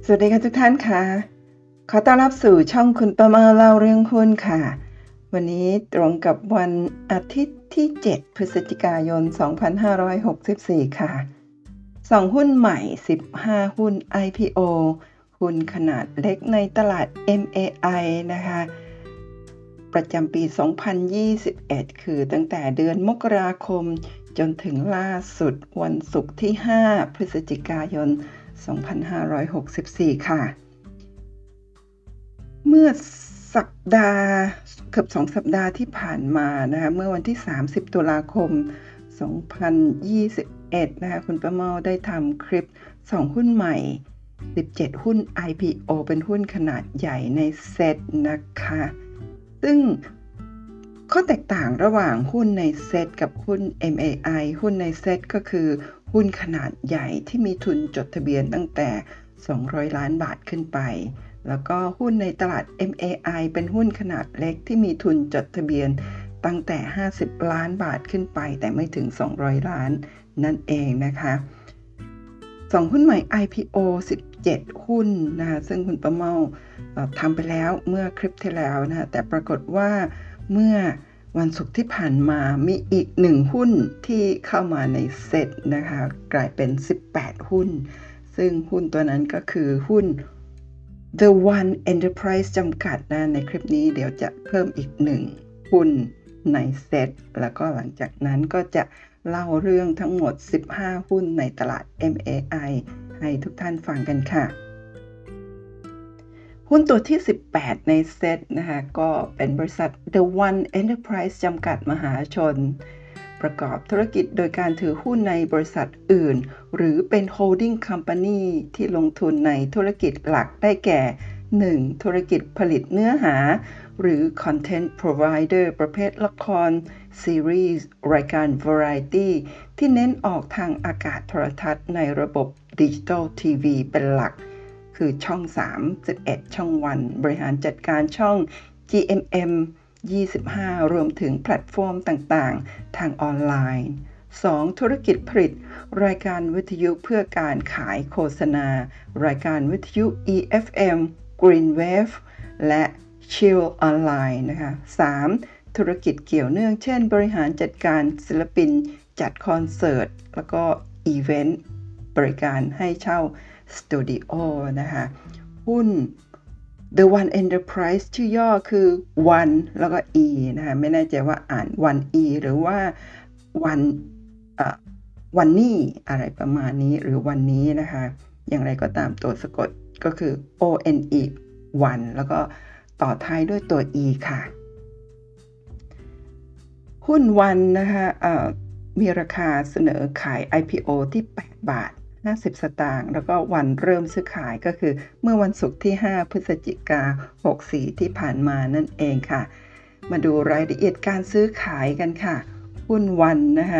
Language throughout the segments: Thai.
สวัสดีค่ะทุกท่านค่ะขอต้อนรับสู่ช่องคุณประเมินเล่าเรื่องหุ้นค่ะวันนี้ตรงกับวันอาทิตย์ที่ 7 พฤศจิกายน 2564 ค่ะส่องหุ้นใหม่ 15 หุ้น IPO หุ้นขนาดเล็กในตลาด MAI นะคะประจำปี 2021 คือตั้งแต่เดือนมกราคมจนถึงล่าสุดวันศุกร์ที่ 5 พฤศจิกายน 2564 ค่ะเมื่อสัปดาห์เกือบ2 สัปดาห์ที่ผ่านมานะคะเมื่อวันที่ 30 ตุลาคม 2021 นะคะคุณประเมาได้ทำคลิปส่องหุ้นใหม่ 17 หุ้น IPO เป็นหุ้นขนาดใหญ่ในเซตนะคะซึ่งข้อแตกต่างระหว่างหุ้นในเซตกับหุ้น MAI หุ้นในเซตก็คือหุ้นขนาดใหญ่ที่มีทุนจดทะเบียนตั้งแต่200 ล้านบาทขึ้นไปแล้วก็หุ้นในตลาด MAI เป็นหุ้นขนาดเล็กที่มีทุนจดทะเบียนตั้งแต่50 ล้านบาทขึ้นไปแต่ไม่ถึง200 ล้านนั่นเองนะคะ2หุ้นใหม่ IPO 17 หุ้นนะคะซึ่งคุณประเมาทำไปแล้วเมื่อคลิปที่แล้วนะคะแต่ปรากฏว่าเมื่อวันศุกร์ที่ผ่านมามีอีก1หุ้นที่เข้ามาในเซตนะคะกลายเป็น18หุ้นซึ่งหุ้นตัวนั้นก็คือหุ้น The One Enterprise จำกัดนะในคลิปนี้เดี๋ยวจะเพิ่มอีก1หุ้นในเซตแล้วก็หลังจากนั้นก็จะเล่าเรื่องทั้งหมด15หุ้นในตลาด MAI ให้ทุกท่านฟังกันค่ะหุ้นตัวที่18ในเซตนะคะก็เป็นบริษัท The One Enterprise จำกัดมหาชนประกอบธุรกิจโดยการถือหุ้นในบริษัทอื่นหรือเป็น holding company ที่ลงทุนในธุรกิจหลักได้แก่ 1. ธุรกิจผลิตเนื้อหาหรือ content provider ประเภทละครซีรีส์รายการ variety ที่เน้นออกทางอากาศโทรทัศน์ในระบบดิจิทัลทีวีเป็นหลักคือช่อง3 11ช่องวันบริหารจัดการช่อง GMM 25รวมถึงแพลตฟอร์มต่างๆทางออนไลน์ 2. ธุรกิจผลิตรายการวิทยุเพื่อการขายโฆษณารายการวิทยุ EFM Green Wave และ Chill Online นะคะ 3. ธุรกิจเกี่ยวเนื่องเช่นบริหารจัดการศิลปินจัดคอนเสิร์ตแล้วก็อีเวนต์บริการให้เช่าสตูดิโอนะคะหุ้น The One Enterprise ชื่อย่อคือ One แล้วก็ E นะคะไม่แน่ใจว่าอ่าน One E หรือว่า One วันนี้อะไรประมาณนี้หรือวันนี้นะคะอย่างไรก็ตามตัวสะกดก็คือ ONE One แล้วก็ต่อท้ายด้วยตัว E ค่ะหุ้นวันนะคะมีราคาเสนอขาย IPO ที่8 บาท 50 สตางค์แล้วก็วันเริ่มซื้อขายก็คือเมื่อวันศุกร์ที่ 5 พฤศจิกายน 64 ที่ผ่านมานั่นเองค่ะมาดูรายละเอียดการซื้อขายกันค่ะหุ้นวันนะคะ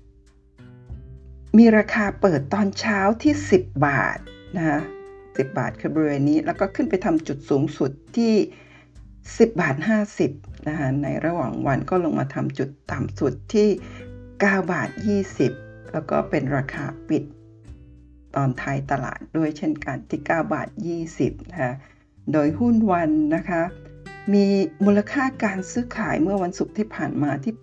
มีราคาเปิดตอนเช้าที่10 บาทนะคะ10 บาทคือบริเวณนี้แล้วก็ขึ้นไปทำจุดสูงสุดที่10 บาท 50นะคะในระหว่างวันก็ลงมาทำจุดต่ำสุดที่9 บาท 20แล้วก็เป็นราคาปิดตอนท้ายตลาดด้วยเช่นกันที่9 บาท 20นะคะโดยหุ้นวันนะคะมีมูลค่าการซื้อขายเมื่อวันศุกร์ที่ผ่านมาที่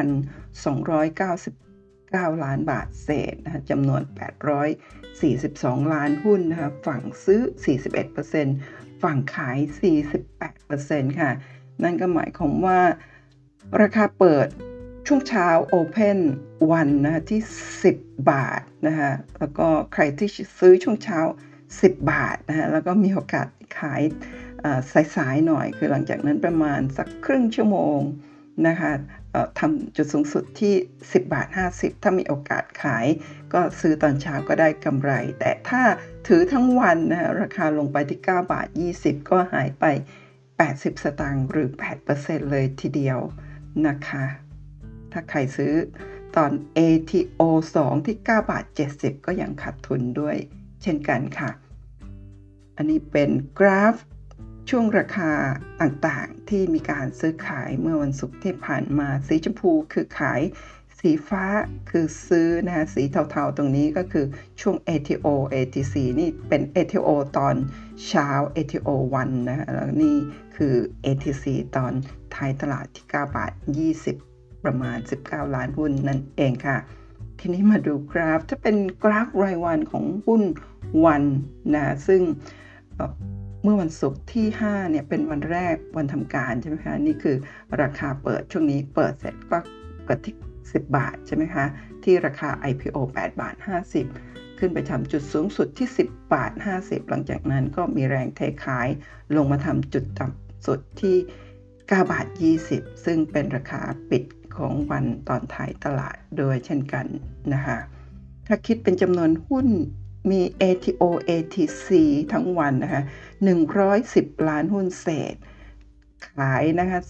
8,299 ล้านบาทเศษนะคะจำนวน842ล้านหุ้นนะคะฝั่งซื้อ 41% ฝั่งขาย 48% ค่ะนั่นก็หมายความว่าราคาเปิดช่วงเช้า Open วันนะคะที่10 บาทนะคะแล้วก็ใครที่ซื้อช่วงเช้า10 บาทนะคะแล้วก็มีโอกาสขายสายๆหน่อยคือหลังจากนั้นประมาณสักครึ่งชั่วโมงนะคะทำจุดสูงสุดที่10 บาท 50ถ้ามีโอกาสขายก็ซื้อตอนเช้าก็ได้กำไรแต่ถ้าถือทั้งวันนะคะราคาลงไปที่9 บาท 20ก็หายไป80 สตางค์หรือ 8% เลยทีเดียวนะคะถ้าใครซื้อตอน ATO 2ที่9 บาท 70ก็ยังขาดทุนด้วยเช่นกันค่ะอันนี้เป็นกราฟช่วงราคาต่างๆที่มีการซื้อขายเมื่อวันศุกร์ที่ผ่านมาสีชมพูคือขายสีฟ้าคือซื้อนะคะสีเทาๆตรงนี้ก็คือช่วง ATO ATC นี่เป็น ATO ตอนเช้า ATO วันนะคะแล้วนี่คือ ATC ตอนท้ายตลาดที่9 บาท 20ประมาณ19ล้านหุ้นนั่นเองค่ะทีนี้มาดูกราฟถ้าเป็นกราฟรายวันของหุ้นวันนะซึ่งเมื่อวันศุกร์ที่5เนี่ยเป็นวันแรกวันทำการใช่ไหมคะนี่คือราคาเปิดช่วงนี้เปิดเสร็จก็เปิดที่10 บาทใช่ไหมคะที่ราคา IPO 8 บาท 50ขึ้นไปทำจุดสูงสุดที่10 บาท 50หลังจากนั้นก็มีแรงเทขายลงมาทำจุดต่ำสุดที่9 บาท 20ซึ่งเป็นราคาปิดของวันตอนท้ายตลาดโดยเช่นกันนะคะถ้าคิดเป็นจำนวนหุ้นมี ATO ATC ทั้งวันนะคะ110ล้านหุ้นเศษขายนะคะ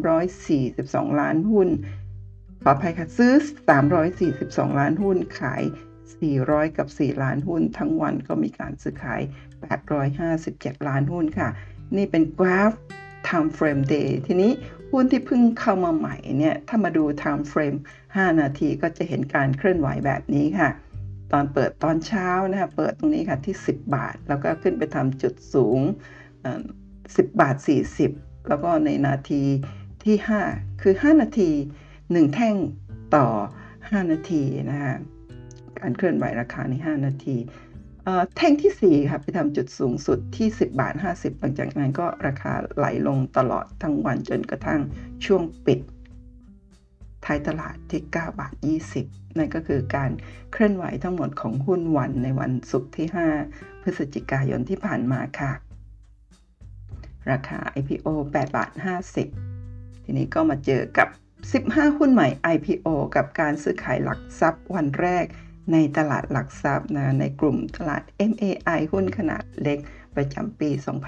342ล้านหุ้นขออภัยค่ะซื้อ342ล้านหุ้นขาย400กับ4ล้านหุ้นทั้งวันก็มีการซื้อขาย857ล้านหุ้นค่ะนี่เป็นกราฟ time frame day ทีนี้หุ้นที่เพิ่งเข้ามาใหม่เนี่ยถ้ามาดู time frame 5 นาทีก็จะเห็นการเคลื่อนไหวแบบนี้ค่ะตอนเปิดตอนเช้านะคะเปิดตรงนี้ค่ะที่10 บาทแล้วก็ขึ้นไปทำจุดสูง10 บาท 40แล้วก็ในนาทีที่5คือ5นาที1แท่งต่อ5นาทีนะคะการเคลื่อนไหวราคาใน5นาทีแท่งที่4ค่ะไปทำจุดสูงสุดที่10 บาท 50หลังจากนั้นก็ราคาไหลลงตลอดทั้งวันจนกระทั่งช่วงปิดท้ายตลาดที่9 บาท 20นั่นก็คือการเคลื่อนไหวทั้งหมดของหุ้นวันในวันศุกร์ที่5พฤศจิกายนที่ผ่านมาค่ะราคา IPO 8 บาท 50ทีนี้ก็มาเจอกับ15หุ้นใหม่ IPO กับการซื้อขายหลักทรัพย์วันแรกในตลาดหลักทรัพย์นะในกลุ่มตลาด MAI หุ้นขนาดเล็กประจำปี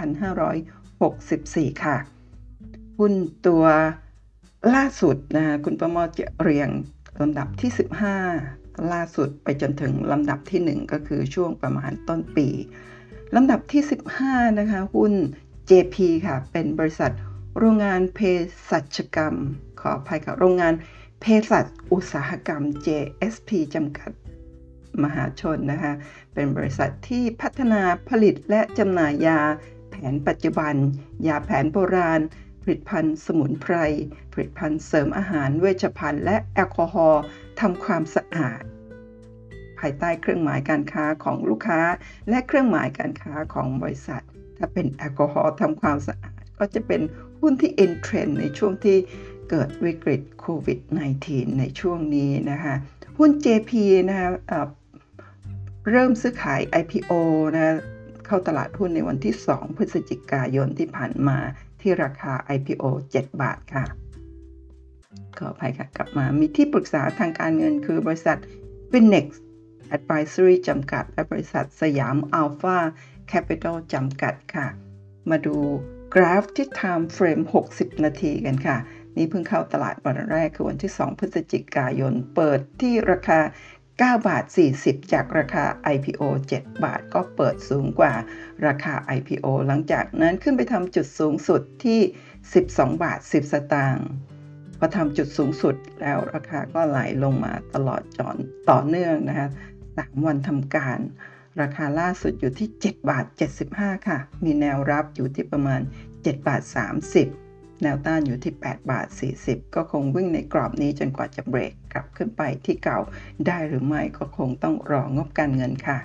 2564 ค่ะหุ้นตัวล่าสุดนะคุณประมอจะเรียงลำดับที่15ล่าสุดไปจนถึงลำดับที่1ก็คือช่วงประมาณต้นปีลำดับที่15นะคะหุ้น JP ค่ะเป็นบริษัทโรงงานเภสัชกรรมขออภัยค่ะโรงงานเภสัชอุตสาหกรรม JSP จำกัดมหาชนนะคะเป็นบริษัทที่พัฒนาผลิตและจำหน่ายยาแผนปัจจุบันยาแผนโบราณผลิตภัณฑ์สมุนไพรผลิตภัณฑ์เสริมอาหารเวชภัณฑ์และแอลกอฮอล์ทำความสะอาดภายใต้เครื่องหมายการค้าของลูกค้าและเครื่องหมายการค้าของบริษัทถ้าเป็นแอลกอฮอล์ทำความสะอาดก็จะเป็นหุ้นที่ in trend ในช่วงที่เกิดวิกฤตโควิด -19 ในช่วงนี้นะคะหุ้น JP นะคะเริ่มซื้อขาย IPO นะเข้าตลาดหุ้นในวันที่2พฤศจิกายนที่ผ่านมาที่ราคา IPO 7 บาทค่ะขออภัยค่ะกลับมามีที่ปรึกษาทางการเงินคือบริษัท Finex Advisory จำกัดและบริษัทสยาม Alpha Capital จำกัดค่ะมาดูกราฟที่ Time Frame 60 นาทีกันค่ะนี่เพิ่งเข้าตลาดวันแรกคือวันที่2พฤศจิกายนเปิดที่ราคา9 บาท 40จากราคา IPO 7 บาทก็เปิดสูงกว่าราคา IPO หลังจากนั้นขึ้นไปทำจุดสูงสุดที่12 บาท 10 สตางค์พอทำจุดสูงสุดแล้วราคาก็ไหลลงมาตลอดจนต่อเนื่องนะคะ3วันทำการราคาล่าสุดอยู่ที่7 บาท 75ค่ะมีแนวรับอยู่ที่ประมาณ7 บาท 30แนวต้านอยู่ที่8 บาท 40ก็คงวิ่งในกรอบนี้จนกว่าจะเบรกกลับขึ้นไปที่เก่าได้หรือไม่ก็คงต้องรองบการเงินค่ะ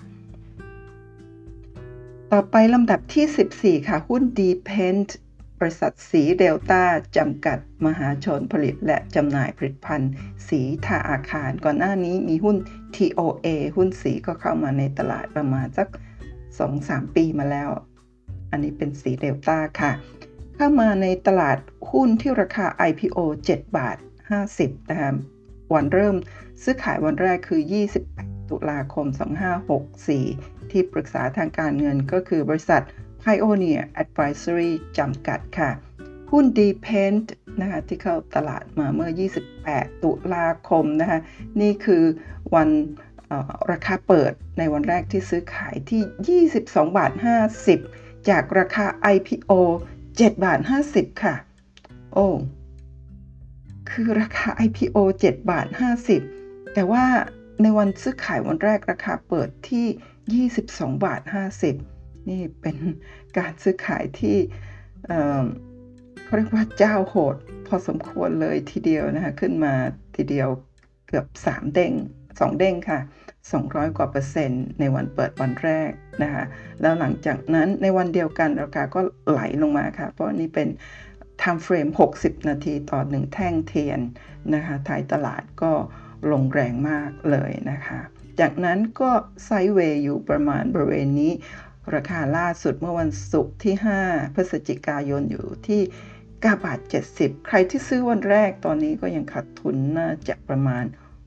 ต่อไปลำดับที่14ค่ะหุ้น Depend บริษัทสีเดลต้าจำกัดมหาชนผลิตและจำหน่ายผลิตภัณฑ์สีทาอาคารก่อนหน้านี้มีหุ้น TOA หุ้นสีก็เข้ามาในตลาดประมาณสัก 2-3 ปีมาแล้วอันนี้เป็นสีเดลต้าค่ะเข้ามาในตลาดหุ้นที่ราคา IPO 7 บาท 50นะคะวันเริ่มซื้อขายวันแรกคือ28 ตุลาคม 2564ที่ปรึกษาทางการเงินก็คือบริษัท Pioneer Advisory จำกัดค่ะหุ้น Depend นะคะที่เข้าตลาดมาเมื่อ28 ตุลาคมนะคะนี่คือวันราคาเปิดในวันแรกที่ซื้อขายที่22 บาท 50จากราคา IPO 7 บาท 50ค่ะโอ้คือราคา IPO 7 บาท 50 แต่ว่าในวันซื้อขายวันแรกราคาเปิดที่ 22 บาท 50 นี่เป็นการซื้อขายที่เขาเรียกว่าเจ้าโหดพอสมควรเลยทีเดียวนะคะขึ้นมาทีเดียวเกือบ3เด้ง2เด้งค่ะ200 กว่า%ในวันเปิดวันแรกนะคะแล้วหลังจากนั้นในวันเดียวกันราคาก็ไหลลงมาค่ะเพราะนี่เป็น time frame 60 นาทีต่อ1แท่งเทียนนะคะท้ายตลาดก็ลงแรงมากเลยนะคะจากนั้นก็ไซด์เวย์อยู่ประมาณบริเวณนี้ราคาล่าสุดเมื่อวันศุกร์ที่5พฤศจิกายนอยู่ที่9 บาท 70 ใครที่ซื้อวันแรกตอนนี้ก็ยังขาดทุนน่าจะประมาณ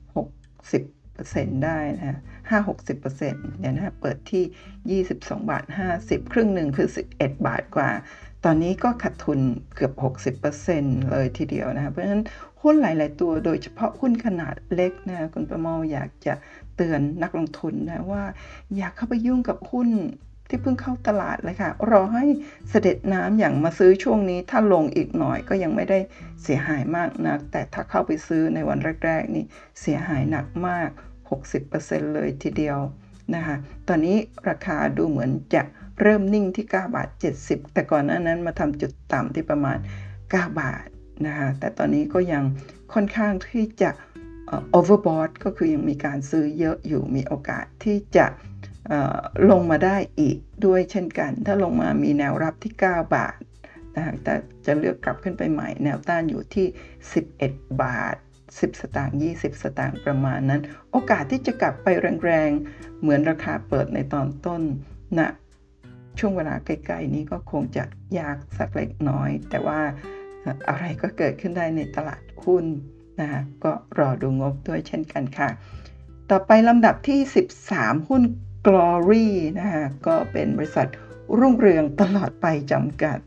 60%ได้นะ 5-60% เนี่ยนะเปิดที่22 บาท 50 ครึ่งหนึ่งคือ11 บาทกว่าตอนนี้ก็ขาดทุนเกือบ 60% เลยทีเดียวนะคะเพราะฉะนั้นหุ้นหลายๆตัวโดยเฉพาะหุ้นขนาดเล็กนะคุณประเมาอยากจะเตือนนักลงทุนนะว่าอย่าเข้าไปยุ่งกับหุ้นที่เพิ่งเข้าตลาดเลยค่ะรอให้เสด็จน้ำอย่างมาซื้อช่วงนี้ถ้าลงอีกหน่อยก็ยังไม่ได้เสียหายมากนักแต่ถ้าเข้าไปซื้อในวันแรกๆนี่เสียหายหนักมาก 60% เลยทีเดียวนะคะตอนนี้ราคาดูเหมือนจะเริ่มนิ่งที่9 บาท 70 แต่ก่อนหน้านั้นมาทำจุดต่ำที่ประมาณ9 บาทนะคะแต่ตอนนี้ก็ยังค่อนข้างที่จะoverbought ก็คือยังมีการซื้อเยอะอยู่มีโอกาสที่จะลงมาได้อีกด้วยเช่นกันถ้าลงมามีแนวรับที่9 บาทนะคะแต่จะเลือกกลับขึ้นไปใหม่แนวต้านอยู่ที่11 บาท 10 สตางค์20 สตางค์ประมาณนั้นโอกาสที่จะกลับไปแรงๆเหมือนราคาเปิดในตอนต้นนะช่วงเวลาใกล้ๆนี้ก็คงจะยากสักเล็กน้อยแต่ว่าอะไรก็เกิดขึ้นได้ในตลาดหุ้นนะคะก็รอดูงบด้วยเช่นกันค่ะต่อไปลำดับที่13หุ้น Glory นะคะก็เป็นบริษัทรุ่งเรืองตลอดไปจำกัด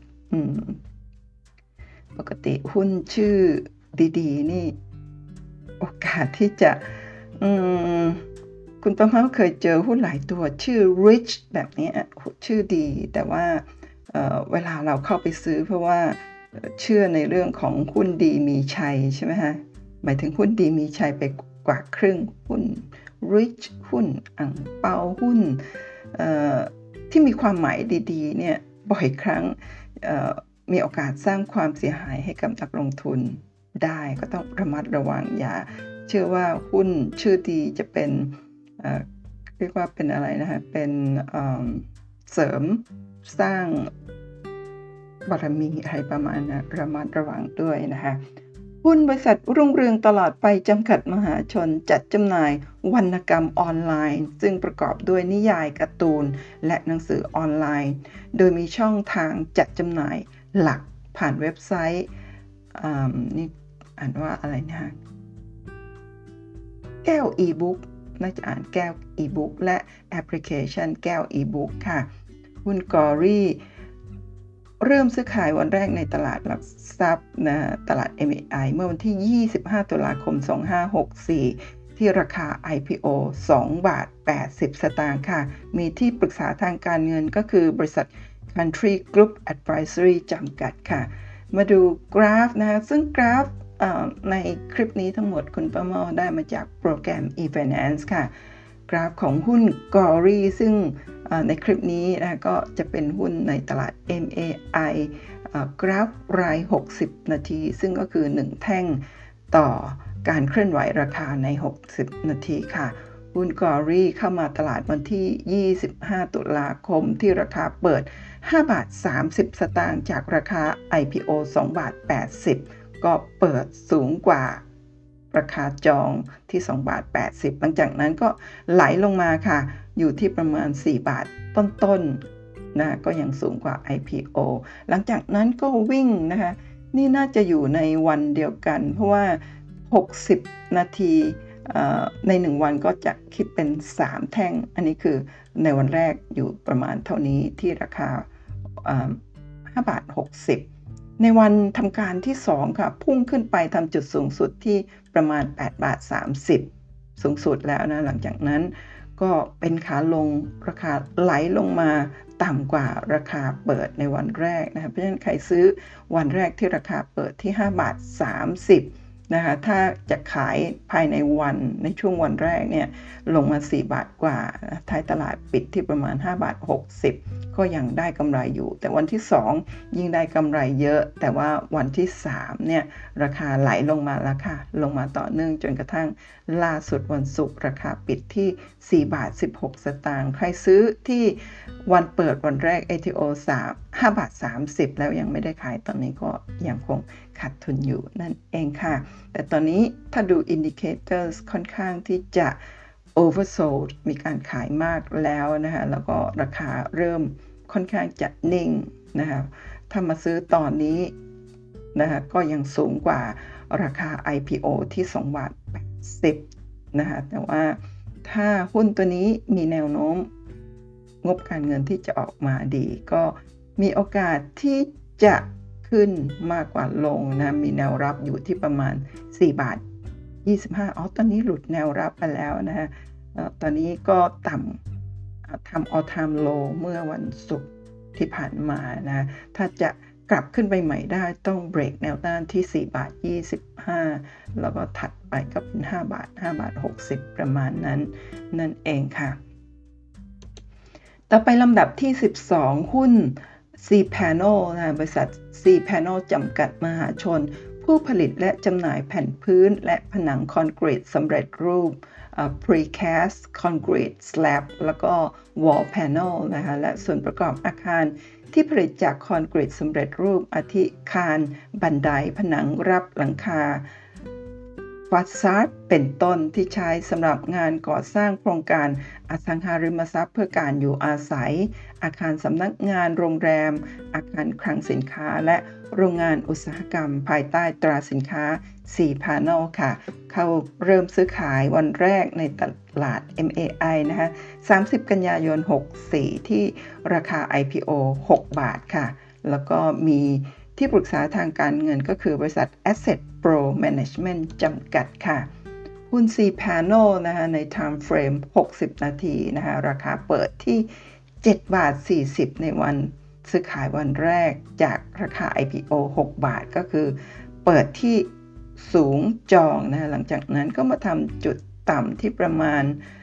ปกติหุ้นชื่อดีๆนี่โอกาสที่จะคุณประเมาเคยเจอหุ้นหลายตัวชื่อ Rich แบบนี้ชื่อดีแต่ว่าเวลาเราเข้าไปซื้อเพราะว่าเชื่อในเรื่องของหุ้นดีมีชัยใช่ไหมฮะหมายถึงหุ้นดีมีชัยไปกว่าครึ่งหุ้น Rich หุ้นอั่งเปาหุ้นที่มีความหมายดีๆเนี่ยบ่อยครั้งมีโอกาสสร้างความเสียหายให้กับนักลงทุนได้ก็ต้องระมัดระวังอย่าเชื่อว่าหุ้นชื่อดีจะเป็นเรียกว่าเป็นอะไรนะคะเป็นเสริมสร้างบารมีอะไรประมาณนั้นระมัดระวังด้วยนะคะหุ้นบริษัทรุ่งเรืองตลอดไปจำกัดมหาชนจัดจำหน่ายวรรณกรรมออนไลน์ซึ่งประกอบด้วยนิยายการ์ตูนและหนังสือออนไลน์โดยมีช่องทางจัดจำหน่ายหลักผ่านเว็บไซต์นี่อ่านว่าอะไรนะแก้วอีบุ๊กน่าจะอ่านแก้วอีบุ๊กและแอปพลิเคชันแก้วอีบุ๊กค่ะหุ้นกอรี่เริ่มซื้อขายวันแรกในตลาดหลักทรัพย์นะตลาด MAI เมื่อวันที่25 ตุลาคม 2564ที่ราคา IPO 2 บาท 80 สตางค์ค่ะมีที่ปรึกษาทางการเงินก็คือบริษัท Country Group Advisory จำกัดค่ะมาดูกราฟนะซึ่งกราฟในคลิปนี้ทั้งหมดคุณประเมาได้มาจากโปรแกรม eFinance ค่ะกราฟของหุ้น Glory ซึ่งในคลิปนี้นะก็จะเป็นหุ้นในตลาด MAI กราฟราย60 นาทีซึ่งก็คือ1แท่งต่อการเคลื่อนไหวราคาใน60 นาทีค่ะหุ้น Glory เข้ามาตลาดวันที่25 ตุลาคมที่ราคาเปิด5 บาท 30 สตางค์จากราคา IPO 2 บาท 80ก็เปิดสูงกว่าราคาจองที่2 บาท 80หลังจากนั้นก็ไหลลงมาค่ะอยู่ที่ประมาณ4 บาทต้นๆนะก็ยังสูงกว่า IPO หลังจากนั้นก็วิ่งนะคะนี่น่าจะอยู่ในวันเดียวกันเพราะว่า60 นาทีใน1วันก็จะคิดเป็น3แท่งอันนี้คือในวันแรกอยู่ประมาณเท่านี้ที่ราคา5 บาท 60ในวันทำการที่2ค่ะพุ่งขึ้นไปทำจุดสูงสุดที่ประมาณ8 บาท 30สูงสุดแล้วนะหลังจากนั้นก็เป็นขาลงราคาไหลลงมาต่ำกว่าราคาเปิดในวันแรกนะคะเพราะฉะนั้นใครซื้อวันแรกที่ราคาเปิดที่5 บาท 30 นะคะถ้าจะขายภายในวันในช่วงวันแรกเนี่ยลงมา4 บาทกว่าท้ายตลาดปิดที่ประมาณ5 บาท 60ก็ยังได้กำไรอยู่แต่วันที่2ยิ่งได้กำไรเยอะแต่ว่าวันที่3เนี่ยราคาไหลลงมาแล้วค่ะลงมาต่อเนื่องจนกระทั่งล่าสุดวันศุกร์ราคาปิดที่4 บาท 16 สตางค์ใครซื้อที่วันเปิดวันแรก ATO 5 บาท 30แล้วยังไม่ได้ขายตอนนี้ก็ยังคงขาดทุนอยู่นั่นเองค่ะแต่ตอนนี้ถ้าดู indicators ค่อนข้างที่จะ oversold มีการขายมากแล้วนะคะแล้วก็ราคาเริ่มค่อนข้างจะนิ่งนะคะถ้ามาซื้อตอนนี้นะคะก็ยังสูงกว่าราคา IPO ที่2 บาท 80นะคะแต่ว่าถ้าหุ้นตัวนี้มีแนวโน้มงบการเงินที่จะออกมาดีก็มีโอกาสที่จะขึ้นมากกว่าลงนะมีแนวรับอยู่ที่ประมาณ4 บาท 25ตอนนี้หลุดแนวรับไปแล้วนะฮะตอนนี้ก็ต่ำทำ all time low เมื่อวันศุกร์ที่ผ่านมานะถ้าจะกลับขึ้นไปใหม่ได้ต้องเบรกแนวต้านที่4 บาท 25แล้วก็ถัดไปก็เป็น5 บาท 5 บาท 60ประมาณนั้นนั่นเองค่ะต่อไปลำดับที่12หุ้น Cpanel นะบริษัท Cpanel จำกัดมหาชนผู้ผลิตและจำหน่ายแผ่นพื้นและผนังคอนกรีตสำเร็จรูปprecast concrete slab แล้วก็ wall panel นะคะและส่วนประกอบอาคารที่ผลิตจากคอนกรีตสำเร็จรูปอาทิคานบันไดผนังรับหลังคาฟาซาดเป็นต้นที่ใช้สำหรับงานก่อสร้างโครงการอสังหาริมทรัพย์เพื่อการอยู่อาศัยอาคารสำนักงานโรงแรมอาคารคลังสินค้าและโรงงานอุตสาหกรรมภายใต้ตราสินค้าCpanel ค่ะเข้าเริ่มซื้อขายวันแรกในตลาด MAI นะคะ30 กันยายน 64ที่ราคา IPO 6 บาทค่ะแล้วก็มีที่ปรึกษาทางการเงินก็คือบริษัท Asset Pro Management จำกัดค่ะหุ้น Cpanel นะคะใน Time Frame 60 นาทีนะคะราคาเปิดที่7 บาท 40ในวันซื้อขายวันแรกจากราคา IPO 6 บาทก็คือเปิดที่สูงจองนะหลังจากนั้นก็มาทำจุดต่ำที่ประมาณ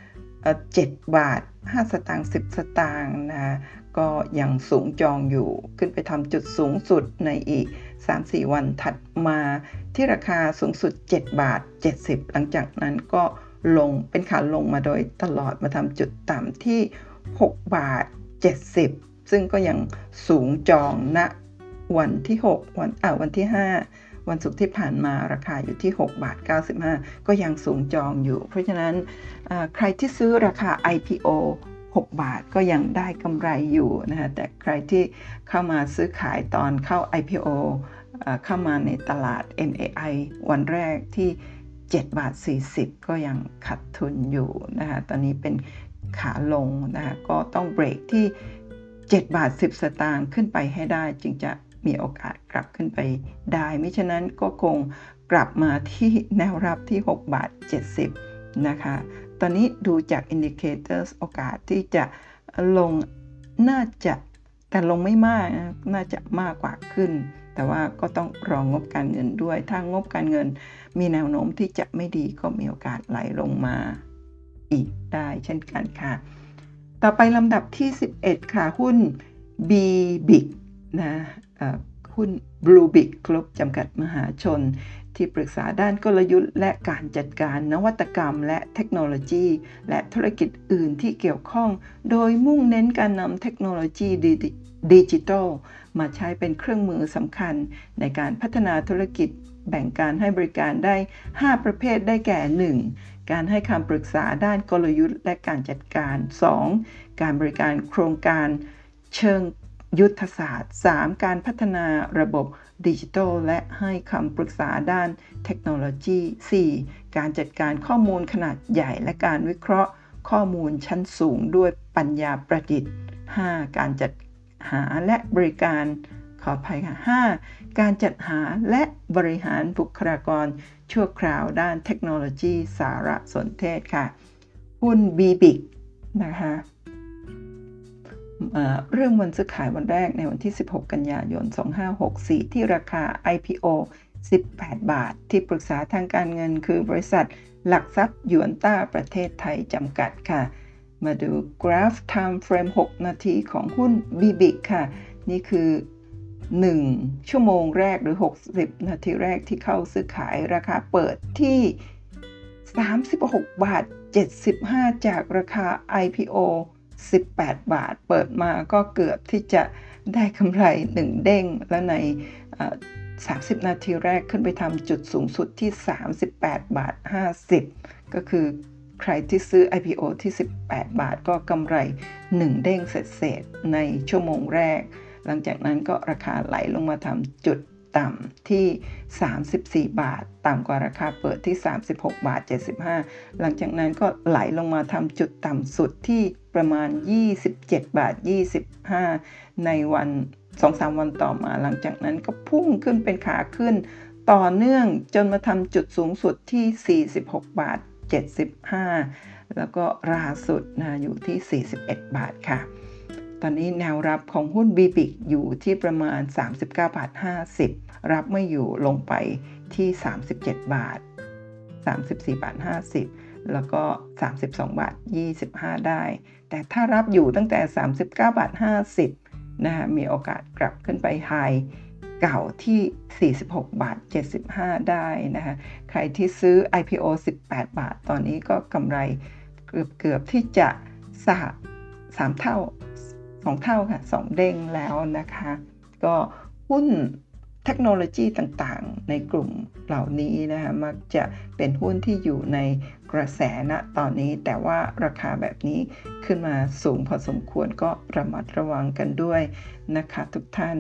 7 บาท 5 สตางค์ 10 สตางค์นะก็ยังสูงจองอยู่ขึ้นไปทำจุดสูงสุดในอีก 3-4 วันถัดมาที่ราคาสูงสุด7 บาท 70หลังจากนั้นก็ลงเป็นขาลงมาโดยตลอดมาทำจุดต่ำที่6 บาท 70ซึ่งก็ยังสูงจองณวันที่6วันที่5วันศุกร์ที่ผ่านมาราคาอยู่ที่6 บาท 95ก็ยังสูงจองอยู่เพราะฉะนั้นใครที่ซื้อราคา IPO 6 บาทก็ยังได้กำไรอยู่นะคะแต่ใครที่เข้ามาซื้อขายตอนเข้า IPO เข้ามาในตลาด MAI วันแรกที่7 บาท 40ก็ยังขาดทุนอยู่นะคะตอนนี้เป็นขาลงนะคะก็ต้องเบรกที่7 บาท 10 สตางค์ขึ้นไปให้ได้จึงจะมีโอกาสกลับขึ้นไปได้มิฉะนั้นก็คงกลับมาที่แนวรับที่6 บาท 70นะคะตอนนี้ดูจาก indicators โอกาสที่จะลงน่าจะแต่ลงไม่มากนะน่าจะมากกว่าขึ้นแต่ว่าก็ต้องรองงบการเงินด้วยถ้างบการเงินมีแนวโน้มที่จะไม่ดีก็มีโอกาสไหลลงมาอีกได้เช่นกันค่ะต่อไปลำดับที่11ค่ะหุ้น BBIC นะหุ้น Bluebic Group จำกัดมหาชนที่ปรึกษาด้านกลยุทธ์และการจัดการนวัตกรรมและเทคโนโลยีและธุรกิจอื่นที่เกี่ยวข้องโดยมุ่งเน้นการนำเทคโนโลยีดิจิทัลมาใช้เป็นเครื่องมือสำคัญในการพัฒนาธุรกิจแบ่งการให้บริการได้5ประเภทได้แก่ 1. การให้คำปรึกษาด้านกลยุทธ์และการจัดการ 2. การบริการโครงการเชิงยุทธศาสตร์ 3. การพัฒนาระบบดิจิทัลและให้คำปรึกษาด้านเทคโนโลยี 4. การจัดการข้อมูลขนาดใหญ่และการวิเคราะห์ข้อมูลชั้นสูงด้วยปัญญาประดิษฐ์ 5. การจัดหาและบริการขออภัยค่ะ 5. การจัดหาและบริหารบุคลากรชั่วคราวด้านเทคโนโลยีสารสนเทศค่ะหุ้น BBIC นะคะเรื่องวันซื้อขายวันแรกในวันที่16 กันยายน 2564ที่ราคา IPO 18 บาทที่ปรึกษาทางการเงินคือบริษัทหลักทรัพย์หยวนต้าประเทศไทยจำกัดค่ะมาดูกราฟ Time Frame 6 นาทีของหุ้น BBIC ค่ะนี่คือ1ชั่วโมงแรกหรือ60นาทีแรกที่เข้าซื้อขายราคาเปิดที่36 บาท 75จากราคา IPO 18 บาทเปิดมาก็เกือบที่จะได้กำไร1เด้งและใน30นาทีแรกขึ้นไปทำจุดสูงสุดที่38 บาท 50ก็คือใครที่ซื้อ IPO ที่18 บาทก็กำไร1เด้งเศษในชั่วโมงแรกหลังจากนั้นก็ราคาไหลลงมาทำจุดต่ำที่34 บาทต่ำกว่าราคาเปิดที่36 บาท 75หลังจากนั้นก็ไหลลงมาทำจุดต่ำสุดที่ประมาณ27 บาท 25ในวัน 2-3 วันต่อมาหลังจากนั้นก็พุ่งขึ้นเป็นขาขึ้นต่อเนื่องจนมาทำจุดสูงสุดที่46 บาท 75แล้วก็ล่าสุดอยู่ที่41 บาทค่ะตอนนี้แนวรับของหุ้น BBIC อยู่ที่ประมาณ39 บาท 50รับไม่อยู่ลงไปที่37 บาท 34 บาท 50แล้วก็32 บาท 25ได้แต่ถ้ารับอยู่ตั้งแต่39 บาท 50มีโอกาสกลับขึ้นไปไฮเก่าที่46 บาท 75ได้นะคะใครที่ซื้อ IPO 18 บาทตอนนี้ก็กำไรเกือบที่จะ3เท่า2เท่าค่ะ2เด้งแล้วนะคะก็หุ้นเทคโนโลยีต่างๆในกลุ่มเหล่านี้นะคะมักจะเป็นหุ้นที่อยู่ในกระแสณตอนนี้แต่ว่าราคาแบบนี้ขึ้นมาสูงพอสมควรก็ระมัดระวังกันด้วยนะคะทุกท่าน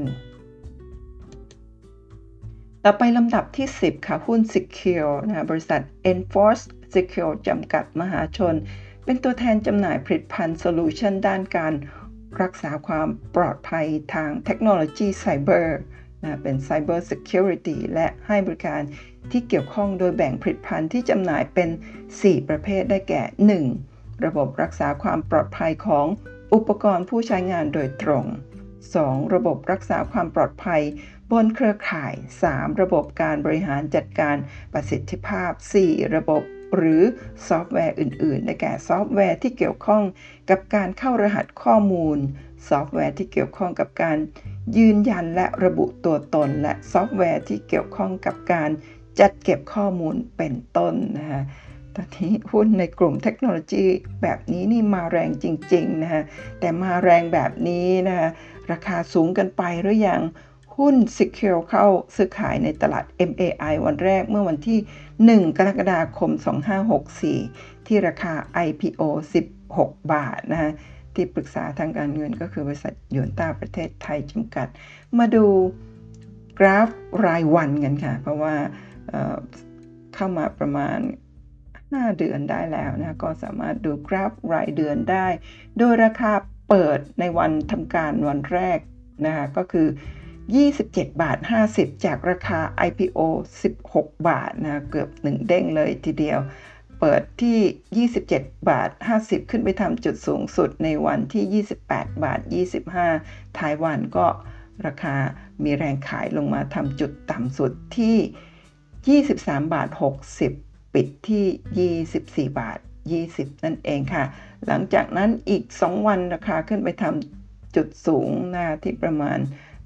ต่อไปลำดับที่10ค่ะหุ้น Secure บริษัท Enforce Secure จำกัดมหาชนเป็นตัวแทนจำหน่ายผลิตภัณฑ์โซลูชันด้านการรักษาความปลอดภัยทางเทคโนโลยีไซเบอร์เป็น Cyber Security และให้บริการที่เกี่ยวข้องโดยแบ่งผลิตภัณฑ์ที่จำหน่ายเป็น4ประเภทได้แก่ 1. ระบบรักษาความปลอดภัยของอุปกรณ์ผู้ใช้งานโดยตรง 2. ระบบรักษาความปลอดภัยบนเครือข่าย 3. ระบบการบริหารจัดการประสิทธิภาพ 4. ระบบหรือซอฟต์แวร์อื่นๆได้แก่ซอฟต์แวร์ที่เกี่ยวข้องกับการเข้ารหัสข้อมูลซอฟต์แวร์ที่เกี่ยวข้องกับการยืนยันและระบุตัวตนและซอฟต์แวร์ที่เกี่ยวข้องกับการจัดเก็บข้อมูลเป็นต้นนะคะตอนนี้หุ้นในกลุ่มเทคโนโลยีแบบนี้นี่มาแรงจริงๆนะคะแต่มาแรงแบบนี้นะคะราคาสูงกันไปหรือยังหุ้น Secure เข้าซื้อขายในตลาด MAI วันแรกเมื่อวันที่1 กรกฎาคม 2564ที่ราคา IPO 16 บาทนะคะที่ปรึกษาทางการเงินก็คือบริษัทหยวนต้าประเทศไทยจำกัดมาดูกราฟรายวันกันค่ะเพราะว่าเข้ามาประมาณ5 เดือนได้แล้วนะก็สามารถดูกราฟรายเดือนได้โดยราคาเปิดในวันทำการวันแรกนะคะก็คือ27 บาท 50จากราคา IPO 16 บาทนะเกือบ1เด้งเลยทีเดียวเปิดที่27 บาท 50ขึ้นไปทำจุดสูงสุดในวันที่28 บาท 25ท้ายวันก็ราคามีแรงขายลงมาทำจุดต่ำสุดที่23 บาท 60ปิดที่24 บาท 20นั่นเองค่ะหลังจากนั้นอีก2วันราคาขึ้นไปทำจุดสูงที่ประมาณ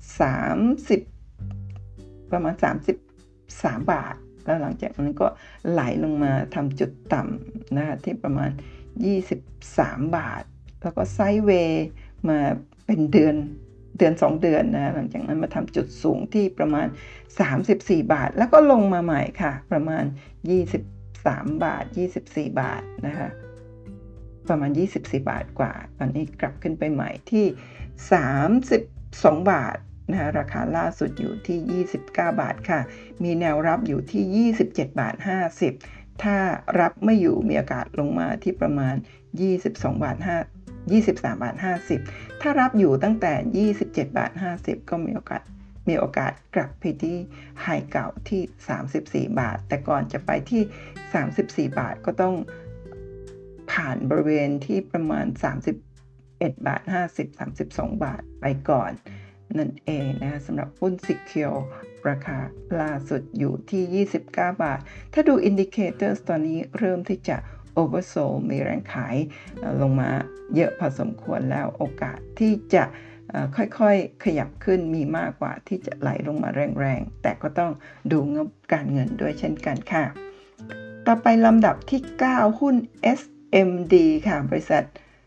33 บาทแล้วหลังจากนั้นก็ไหลลงมาทำจุดต่ำที่ประมาณ23 บาทแล้วก็ไซด์เวย์มาเป็นเดือน2 เดือนหลังจากนั้นมาทำจุดสูงที่ประมาณ34 บาทแล้วก็ลงมาใหม่ค่ะประมาณ23 บาท 24 บาทนะคะประมาณ24 บาทกว่าตอนนี้กลับขึ้นไปใหม่ที่32 บาทราคาล่าสุดอยู่ที่29 บาทค่ะมีแนวรับอยู่ที่27 บาท 50ถ้ารับไม่อยู่มีโอกาสลงมาที่ประมาณ22 บาท 23 บาท 50ถ้ารับอยู่ตั้งแต่27 บาท 50ก็มีโอกาสกลับไปที่ไฮเก่าที่34 บาทแต่ก่อนจะไปที่34 บาทก็ต้องผ่านบริเวณที่ประมาณ31 บาท 50 32 บาทไปก่อนนั่นเองนะสำหรับหุ้น Secure ราคาล่าสุดอยู่ที่29 บาทถ้าดู Indicators ตอนนี้เริ่มที่จะ Oversold มีแรงขายลงมาเยอะพอสมควรแล้วโอกาสที่จะค่อยๆขยับขึ้นมีมากกว่าที่จะไหลลงมาแรงๆแต่ก็ต้องดูงบการเงินด้วยเช่นกันค่ะต่อไปลำดับที่ 9 หุ้น SMD ค่ะบริษัท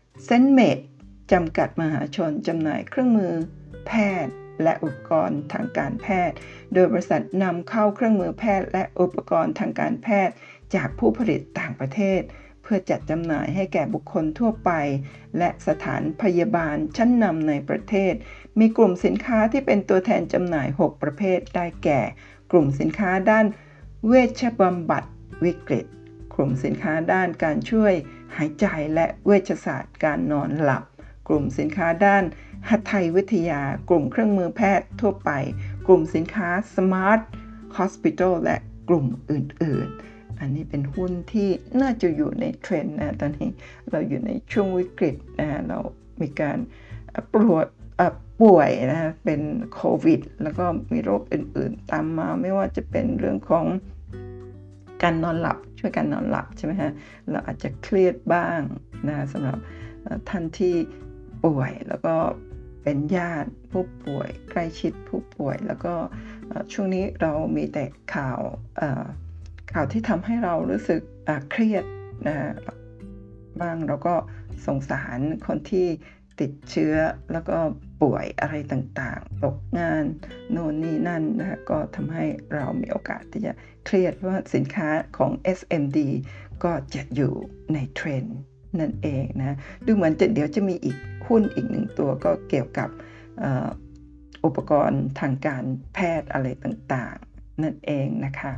Zenmed จำกัดมหาชนจำหน่ายเครื่องมือแพทย์และอุปกรณ์ทางการแพทย์โดยบริษัทนำเข้าเครื่องมือแพทย์และอุปกรณ์ทางการแพทย์จากผู้ผลิตต่างประเทศเพื่อจัดจำหน่ายให้แก่บุคคลทั่วไปและสถานพยาบาลชั้นนำในประเทศมีกลุ่มสินค้าที่เป็นตัวแทนจำหน่าย6ประเภทได้แก่กลุ่มสินค้าด้านเวชบำบัดวิกฤตกลุ่มสินค้าด้านการช่วยหายใจและเวชศาสตร์การนอนหลับกลุ่มสินค้าด้านหัตถวิทยากลุ่มเครื่องมือแพทย์ทั่วไปกลุ่มสินค้า Smart Hospital และกลุ่มอื่นๆอันนี้เป็นหุ้นที่น่าจะอยู่ในเทรนด์นะตอนนี้เราอยู่ในช่วงวิกฤตนะเรามีการป่วยนะเป็นโควิดแล้วก็มีโรคอื่นๆตามมาไม่ว่าจะเป็นเรื่องของการนอนหลับช่วยการนอนหลับใช่ไหมฮะเราอาจจะเครียดบ้างนะสำหรับท่านที่ป่วยแล้วก็เป็นญาติผู้ป่วยใกล้ชิดผู้ป่วยแล้วก็ช่วงนี้เรามีแต่ข่าวที่ทำให้เรารู้สึกเครียดนะบ้างเราก็สงสารคนที่ติดเชื้อแล้วก็ป่วยอะไรต่างๆตกงานโน่นนี่นั่นนะก็ทำให้เรามีโอกาสที่จะเครียดว่าสินค้าของ SMD ก็จะอยู่ในเทรนด์นั่นเองนะดูเหมือนเดี๋ยวจะมีอีกหุ้นอีกหนึ่งตัวก็เกี่ยวกับอุปกรณ์ทางการแพทย์อะไรต่างๆนั่นเองนะคะ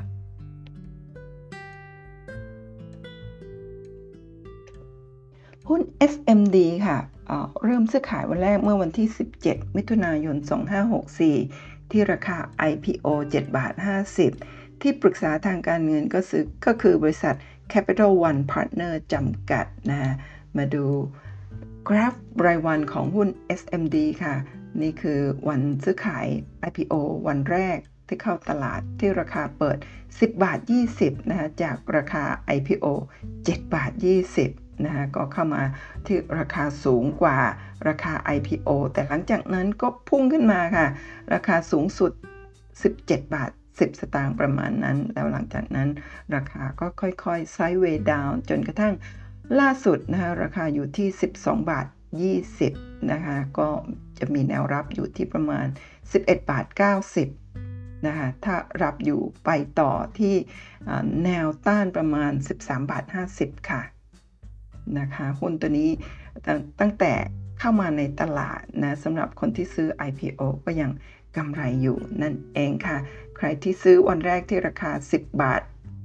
หุ้น SMD ค่ะเริ่มซื้อขายวันแรกเมื่อวันที่17มิถุนายน2564ที่ราคา IPO 7.50 บาทที่ปรึกษาทางการเงินก็คือบริษัท Capital One Partner จำกัดนะมาดูกราฟรายวันของหุ้น SMD ค่ะนี่คือวันซื้อขาย IPO วันแรกที่เข้าตลาดที่ราคาเปิด 10.20 บาทนะคะจากราคา IPO 7.20 บาทนะคะก็เข้ามาที่ราคาสูงกว่าราคา IPO แต่หลังจากนั้นก็พุ่งขึ้นมาค่ะราคาสูงสุด 17.10 บาทประมาณนั้นแล้วหลังจากนั้นราคาก็ค่อยๆไซด์เวย์ดาวน์จนกระทั่งล่าสุดนะคะราคาอยู่ที่ 12.20 บาทนะคะก็จะมีแนวรับอยู่ที่ประมาณ 11.90 บาทนะคะถ้ารับอยู่ไปต่อที่แนวต้านประมาณ 13.50 บาทค่ะนะคะหุ้นตัวนี้ตั้งแต่เข้ามาในตลาดนะสำหรับคนที่ซื้อ IPO ก็ยังกำไรอยู่นั่นเองค่ะใครที่ซื้อวันแรกที่ราคา 10 บาท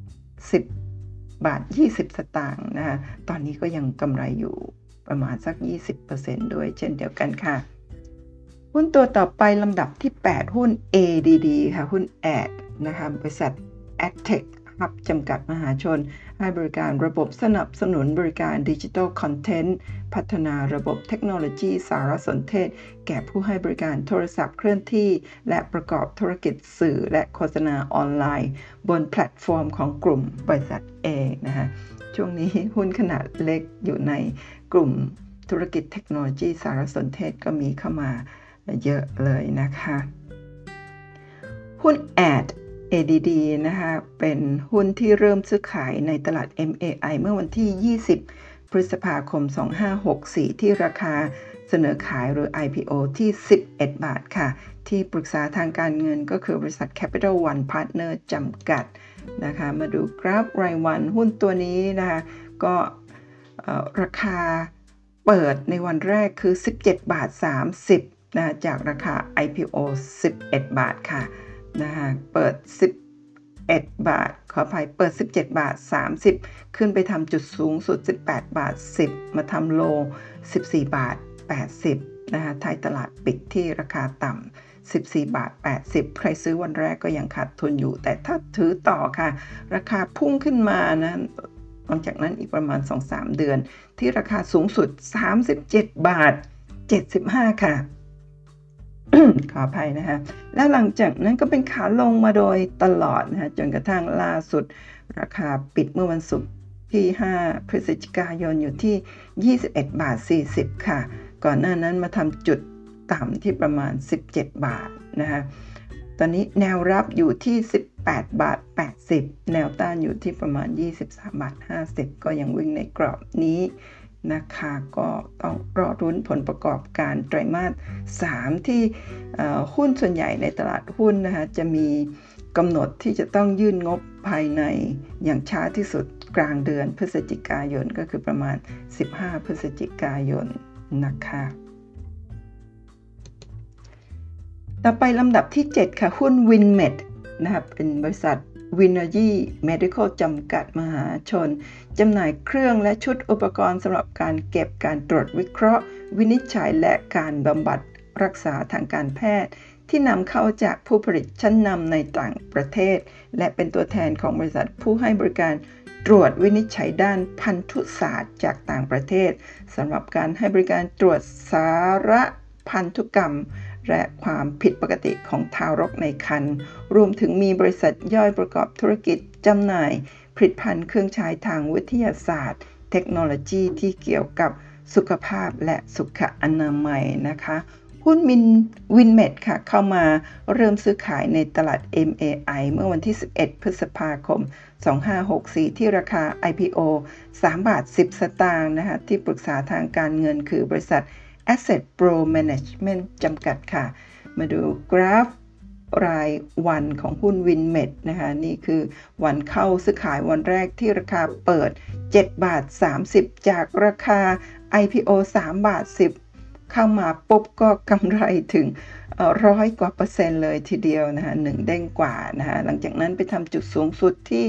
20 สตางค์นะคะตอนนี้ก็ยังกำไรอยู่ประมาณสัก 20% ด้วยเช่นเดียวกันค่ะหุ้นตัวต่อไปลำดับที่ 8 หุ้น ADD ค่ะหุ้น AD นะคะบริษัท AdTech Hub จำกัดมหาชนให้บริการระบบสนับสนุนบริการดิจิทัลคอนเทนต์พัฒนาระบบเทคโนโลยีสารสนเทศแก่ผู้ให้บริการโทรศัพท์เคลื่อนที่และประกอบธุรกิจสื่อและโฆษณาออนไลน์บนแพลตฟอร์มของกลุ่มบริษัทเองนะคะช่วงนี้หุ้นขนาดเล็กอยู่ในกลุ่มธุรกิจเทคโนโลยีสารสนเทศก็มีเข้ามาเยอะเลยนะคะหุ้น ADD นะคะเป็นหุ้นที่เริ่มซื้อขายในตลาด MAI เมื่อวันที่ 20 พฤษภาคม 2564 ที่ราคาเสนอขายหรือ IPO ที่ 11 บาทค่ะที่ปรึกษาทางการเงินก็คือบริษัท Capital One Partner จำกัดนะคะมาดูกราฟรายวันหุ้นตัวนี้นะคะก็ราคาเปิดในวันแรกคือ 17.30 บาทนะจากราคา IPO 11 บาทค่ะนะคะเปิด11 บาทขออภัยเปิด 17.30 บาทขึ้นไปทำจุดสูงสุด 18.10 บาทมาทำโล 14.80 บาทนะคะท้ายตลาดปิดที่ราคาต่ำ 14.80 บาทใครซื้อวันแรกก็ยังขาดทุนอยู่แต่ถ้าถือต่อค่ะราคาพุ่งขึ้นมานะหลังจากนั้นอีกประมาณ 2-3 เดือนที่ราคาสูงสุด 37.75 บาทค่ะขออภัยนะคะและหลังจากนั้นก็เป็นขาลงมาโดยตลอดนะคะจนกระทั่งล่าสุดราคาปิดเมื่อวันศุกร์ที่5 พฤศจิกายนอยู่ที่21.40 ค่ะก่อนหน้านั้นมาทำจุดต่ำที่ประมาณ17 บาทนะคะตอนนี้แนวรับอยู่ที่18.80 แนวต้านอยู่ที่ประมาณ23.50 ก็ยังวิ่งในกรอบนี้นะคะก็ต้องรอรุ้นผลประกอบการไตรมาส 3 ที่หุ้นส่วนใหญ่ในตลาดหุ้นนะคะจะมีกำหนดที่จะต้องยื่นงบภายในอย่างช้าที่สุดกลางเดือนพฤศจิกายนก็คือประมาณ15 พฤศจิกายนนะคะต่อไปลำดับที่ 7 ค่ะหุ้น Winmed นะคะเป็นบริษัท Winergy Medical จำกัดมหาชนจำหน่ายเครื่องและชุดอุปกรณ์สำหรับการเก็บการตรวจวิเคราะห์วินิจฉัยและการบำบัดรักษาทางการแพทย์ที่นำเข้าจากผู้ผลิตชั้นนำในต่างประเทศและเป็นตัวแทนของบริษัทผู้ให้บริการตรวจวินิจฉัยด้านพันธุศาสตร์จากต่างประเทศสำหรับการให้บริการตรวจสารพันธุกรรมและความผิดปกติของทารกในครรภ์รวมถึงมีบริษัทย่อยประกอบธุรกิจจำหน่ายผลิตภัณฑ์เครื่องใช้ทางวิทยาศาสตร์เทคโนโลยีที่เกี่ยวกับสุขภาพและสุขอนามัยนะคะหุ้นWinmed ค่ะเข้ามาเริ่มซื้อขายในตลาด MAI เมื่อวันที่11 พฤษภาคม 2564 ที่ราคา IPO 3.10 สตางค์นะคะที่ปรึกษาทางการเงินคือบริษัท Asset Pro Management จำกัดค่ะมาดูกราฟรายวันของหุ้น Winmed นะคะนี่คือวันเข้าซื้อขายวันแรกที่ราคาเปิด 7.30 จากราคา IPO 3.10 เข้ามาปุ๊บก็กำไรถึง100 กว่า%เลยทีเดียวนะคะ1เด้งกว่านะคะหลังจากนั้นไปทำจุดสูงสุดที่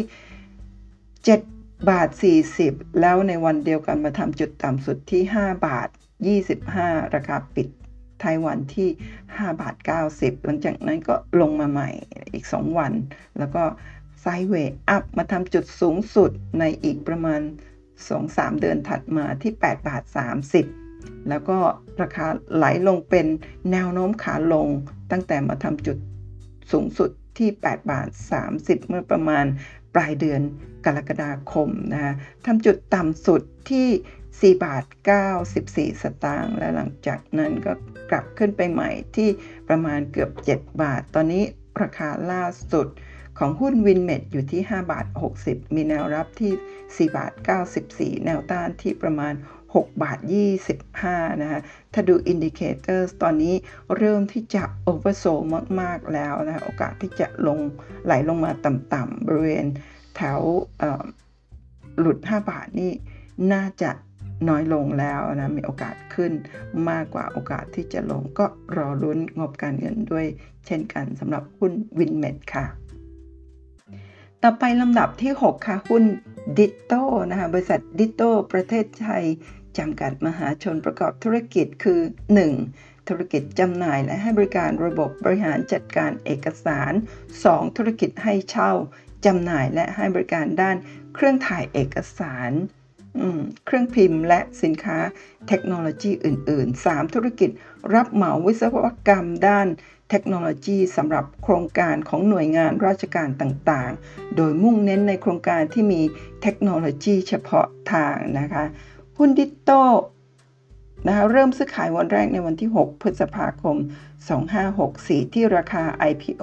7.40 แล้วในวันเดียวกันมาทำจุดต่ำสุดที่5.25 ราคาปิดไต้หวันที่5.90 หลังจากนั้นก็ลงมาใหม่อีก2วันแล้วก็ไซด์เวย์อัพมาทำจุดสูงสุดในอีกประมาณ 2-3 เดือนถัดมาที่8.30 แล้วก็ราคาไหลลงเป็นแนวโน้มขาลงตั้งแต่มาทำจุดสูงสุดที่8.30 เมื่อประมาณปลายเดือนกรกฎาคมนะคะทำจุดต่ำสุดที่4.94 สตางค์และหลังจากนั้นก็กลับขึ้นไปใหม่ที่ประมาณเกือบ7 บาทตอนนี้ราคาล่าสุดของหุ้น Winmed อยู่ที่5.60 มีแนวรับที่4.94 แนวต้านที่ประมาณ6.25 นะคะถ้าดู Indicators ตอนนี้เริ่มที่จะ Oversold มากๆแล้วนะคะโอกาสที่จะไหลลงมาต่ำๆบริเวณแถวหลุด5 บาทนี่น่าจะน้อยลงแล้วนะมีโอกาสขึ้นมากกว่าโอกาสที่จะลงก็รอลุ้นงบการเงินด้วยเช่นกันสำหรับหุ้น Winmed ค่ะต่อไปลำดับที่ 6 ค่ะหุ้น Ditto นะคะบริษัท Ditto ประเทศไทยจำกัดมหาชนประกอบธุรกิจคือ 1. ธุรกิจจำหน่ายและให้บริการระบบบริหารจัดการเอกสาร 2. ธุรกิจให้เช่าจำหน่ายและให้บริการด้านเครื่องถ่ายเอกสารเครื่องพิมพ์และสินค้าเทคโนโลยีอื่นๆ 3. ธุรกิจรับเหมาวิศวกรรมด้านเทคโนโลยีสำหรับโครงการของหน่วยงานราชการต่างๆโดยมุ่งเน้นในโครงการที่มีเทคโนโลยีเฉพาะทางนะคะหุ้น Ditto นะคะเริ่มซื้อขายวันแรกในวันที่ 6 พฤษภาคม 2564 ที่ราคา IPO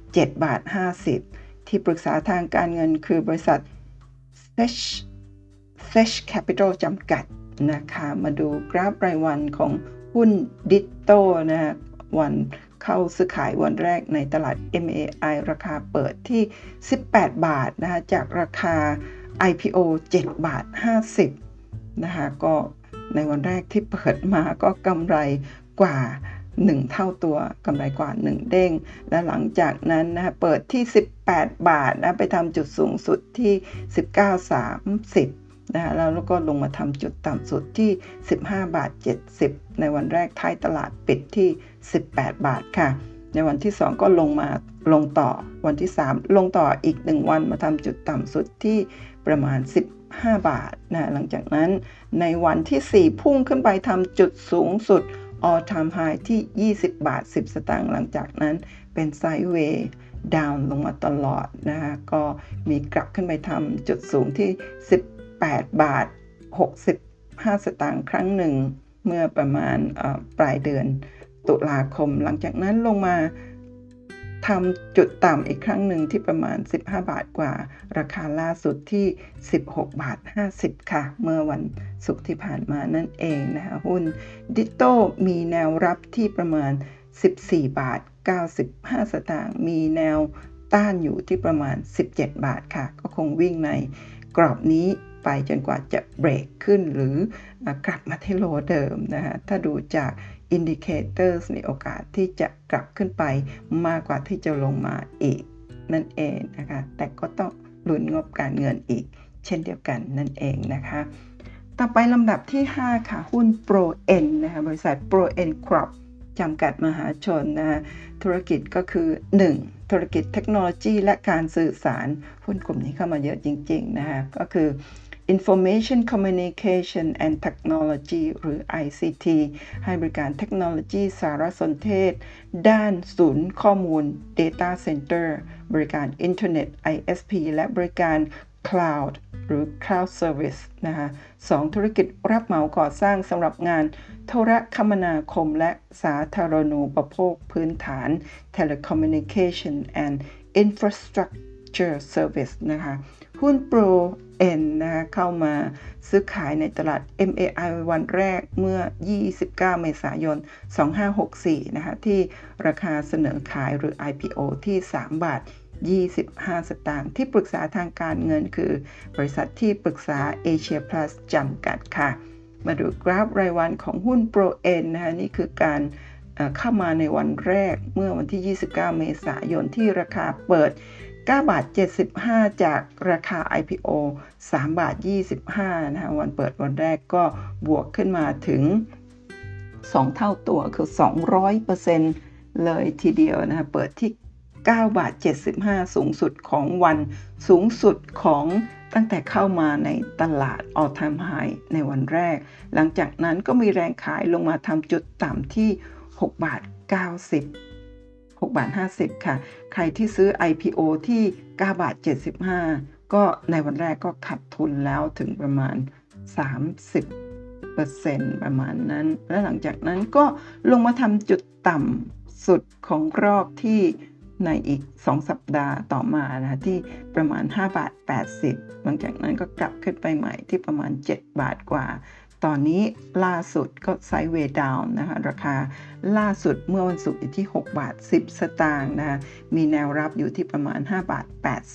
7.50 ที่ปรึกษาทางการเงินคือบริษัท Fresh Capital จำกัดนะคะมาดูกราฟรายวันของหุ้น Ditto นะคะวันเข้าซื้อขายวันแรกในตลาด MAI ราคาเปิดที่18 บาทนะคะจากราคา IPO 7.50 นะคะก็ในวันแรกที่เปิดมาก็กำไรกว่า1 เท่าตัวกำไรกว่า1เด้งและหลังจากนั้นนะเปิดที่18 บาทนะไปทำจุดสูงสุดที่19.30นะคะแล้วก็ลงมาทำจุดต่ำสุดที่15.70 ในวันแรกท้ายตลาดปิดที่18 บาทค่ะในวันที่2ก็ลงต่อวันที่3ลงต่ออีก1วันมาทำจุดต่ำสุดที่ประมาณ15 บาทนะหลังจากนั้นในวันที่4พุ่งขึ้นไปทำจุดสูงสุด all time high ที่20 บาท 10 สตางค์หลังจากนั้นเป็นไซด์เวย์ดาวน์ลงมาตลอดนะคะก็มีกลับขึ้นไปทำจุดสูงที่18 บาท 65 สตางค์ครั้งหนึ่งเมื่อประมาณปลายเดือนตุลาคมหลังจากนั้นลงมาทำจุดต่ำอีกครั้งหนึ่งที่ประมาณ15 บาทกว่าราคาล่าสุดที่16 บาท 50 ค่ะเมื่อวันศุกร์ที่ผ่านมานั่นเองนะคะหุ้นดิโต้มีแนวรับที่ประมาณ14 บาท 95 สตางค์มีแนวต้านอยู่ที่ประมาณ17 บาทค่ะก็คงวิ่งในกรอบนี้ไปจนกว่าจะเบรกขึ้นหรือกลับมาที่โลเดิมนะคะถ้าดูจากindicators มีโอกาสที่จะกลับขึ้นไปมากกว่าที่จะลงมาอีกนั่นเองนะคะแต่ก็ต้องลุ้นงบการเงินอีกเช่นเดียวกันนั่นเองนะคะต่อไปลำดับที่5ค่ะหุ้น ProN นะคะบริษัท ProN Crop จำกัดมหาชนนะคะธุรกิจก็คือ 1. ธุรกิจเทคโนโลยีและการสื่อสารหุ้นกลุ่มนี้เข้ามาเยอะจริงๆนะคะก็คือInformation Communication and Technology หรือ ICT ให้บริการเทคโนโลยีสารสนเทศด้านศูนย์ข้อมูล Data Center บริการ Internet ISP และบริการ Cloud หรือ Cloud Service นะคะ 2. ธุรกิจรับเหมาก่อสร้างสำหรับงานโทรคมนาคมและสาธารณูปโภคพื้นฐาน Telecommunication and Infrastructure Service นะคะหุ้น ProN นะคะเข้ามาซื้อขายในตลาด MAI วันแรกเมื่อ29 เมษายน 2564นะคะที่ราคาเสนอขายหรือ IPO ที่3 บาท 25 สตางค์ที่ปรึกษาทางการเงินคือบริษัทที่ปรึกษา Asia Plus จำกัดค่ะมาดูกราฟรายวันของหุ้น ProN นะคะนี่คือการเข้ามาในวันแรกเมื่อวันที่ 29 เมษายนที่ราคาเปิด9 บาท 75 จากราคา IPO 3 บาท 25 นะคะวันเปิดวันแรกก็บวกขึ้นมาถึง2 เท่าตัวคือ 200% เลยทีเดียวนะคะเปิดที่9 บาท 75 สูงสุดของวันสูงสุดของตั้งแต่เข้ามาในตลาด all time high ในวันแรกหลังจากนั้นก็มีแรงขายลงมาทำจุดต่ำที่6 บาท 90 6 บาท 50 ค่ะใครที่ซื้อ IPO ที่9 บาท 75 ก็ในวันแรกก็ขาดทุนแล้วถึงประมาณ 30% ประมาณนั้นและหลังจากนั้นก็ลงมาทำจุดต่ำสุดของรอบที่ในอีก2 สัปดาห์ต่อมานะที่ประมาณ5 บาท 80 หลังจากนั้นก็กลับขึ้นไปใหม่ที่ประมาณ7 บาทกว่าตอนนี้ล่าสุดก็ไซด์เวย์ดาวน์นะคะราคาล่าสุดเมื่อวันศุกร์อยู่ที่6 บาท 10 สตางค์นะคะมีแนวรับอยู่ที่ประมาณ5 บาท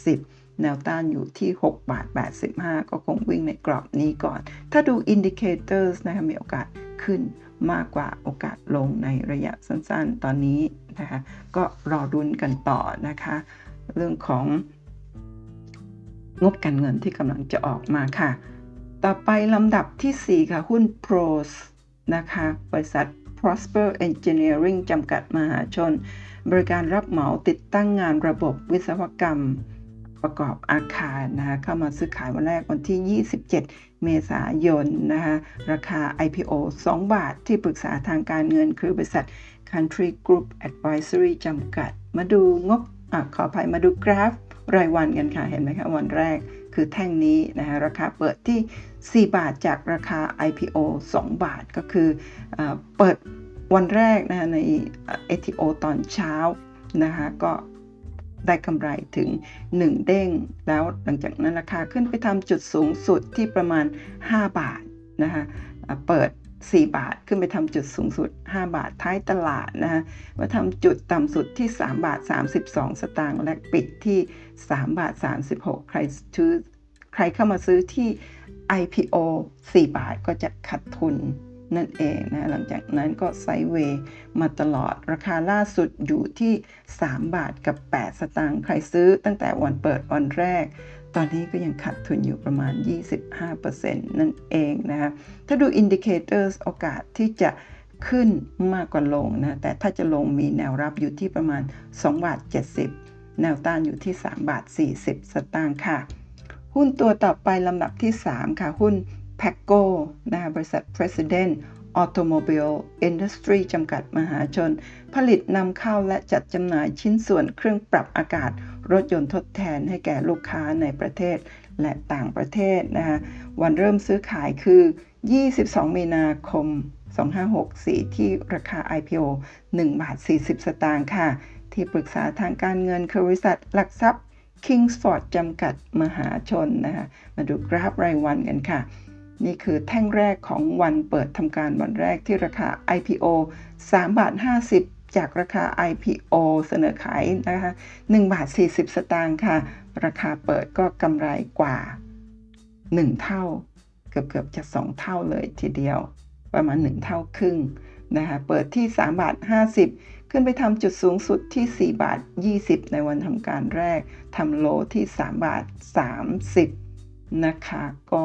80 แนวต้านอยู่ที่6 บาท 85 ก็คงวิ่งในกรอบนี้ก่อนถ้าดู indicators นะคะมีโอกาสขึ้นมากกว่าโอกาสลงในระยะสั้นๆตอนนี้นะคะก็รอรุ้นกันต่อนะคะเรื่องของงบการเงินที่กำลังจะออกมาค่ะต่อไปลำดับที่4ค่ะหุ้น PROS นะคะบริษัท Prosper Engineering จำกัดมหาชนบริการรับเหมาติดตั้งงานระบบวิศวกรรมประกอบอาคารนะคะเข้ามาซื้อขายวันแรกวันที่27 เมษายนนะคะราคา IPO 2 บาทที่ปรึกษาทางการเงินคือบริษัท Country Group Advisory จำกัดมาดูขออภัยมาดูกราฟรายวันกันค่ะเห็นไหมคะวันแรกคือแท่งนี้นะคะราคาเปิดที่4 บาทจากราคา IPO 2 บาทก็คือเปิดวันแรกนะคะใน ATO ตอนเช้านะคะก็ได้กำไรถึง1 เด้งแล้วหลังจากนั้นราคาขึ้นไปทำจุดสูงสุดที่ประมาณ5 บาทนะคะเปิด4 บาทขึ้นไปทำจุดสูงสุด5 บาทท้ายตลาดนะคะมาทำจุดต่ำสุดที่3 บาท 32 สตางค์และปิดที่3 บาท 36 ใครเข้ามาซื้อที่ IPO 4 บาทก็จะขาดทุนนั่นเองนะหลังจากนั้นก็ไซด์เวย์มาตลอดราคาล่าสุดอยู่ที่3 บาทกับ 8 สตางค์ใครซื้อตั้งแต่วันเปิดวันแรกตอนนี้ก็ยังขาดทุนอยู่ประมาณ 25% นั่นเองนะคะถ้าดู indicators โอกาสที่จะขึ้นมากกว่าลงนะแต่ถ้าจะลงมีแนวรับอยู่ที่ประมาณ2 บาท 70 แนวต้านอยู่ที่3 บาท 40 สตางค์ค่ะหุ้นตัวต่อไปลำดับที่3ค่ะหุ้น Paggo นะคะบริษัท President Automobile Industry จำกัดมหาชนผลิตนำเข้าและจัดจำหน่ายชิ้นส่วนเครื่องปรับอากาศรถยนต์ทดแทนให้แก่ลูกค้าในประเทศและต่างประเทศนะคะวันเริ่มซื้อขายคือ22 มีนาคม 2564 ที่ราคา IPO 1 บาท 40 สตางค์ค่ะที่ปรึกษาทางการเงินคือบริษัทหลักทรัพย์ Kingsford จำกัดมหาชนนะคะมาดูกราฟรายวันกันค่ะนี่คือแท่งแรกของวันเปิดทำการวันแรกที่ราคา IPO 3 บาท 50 จากราคา IPO เสนอขายนะคะ1 บาท 40 สตางค์ค่ะราคาเปิดก็กำไรกว่า1เท่าเกือบจะ2เท่าเลยทีเดียวประมาณ1เท่าครึ่งนะคะเปิดที่3 บาท 50ขึ้นไปทำจุดสูงสุดที่4 บาท 20ในวันทำการแรกทำโลที่3 บาท 30นะคะก็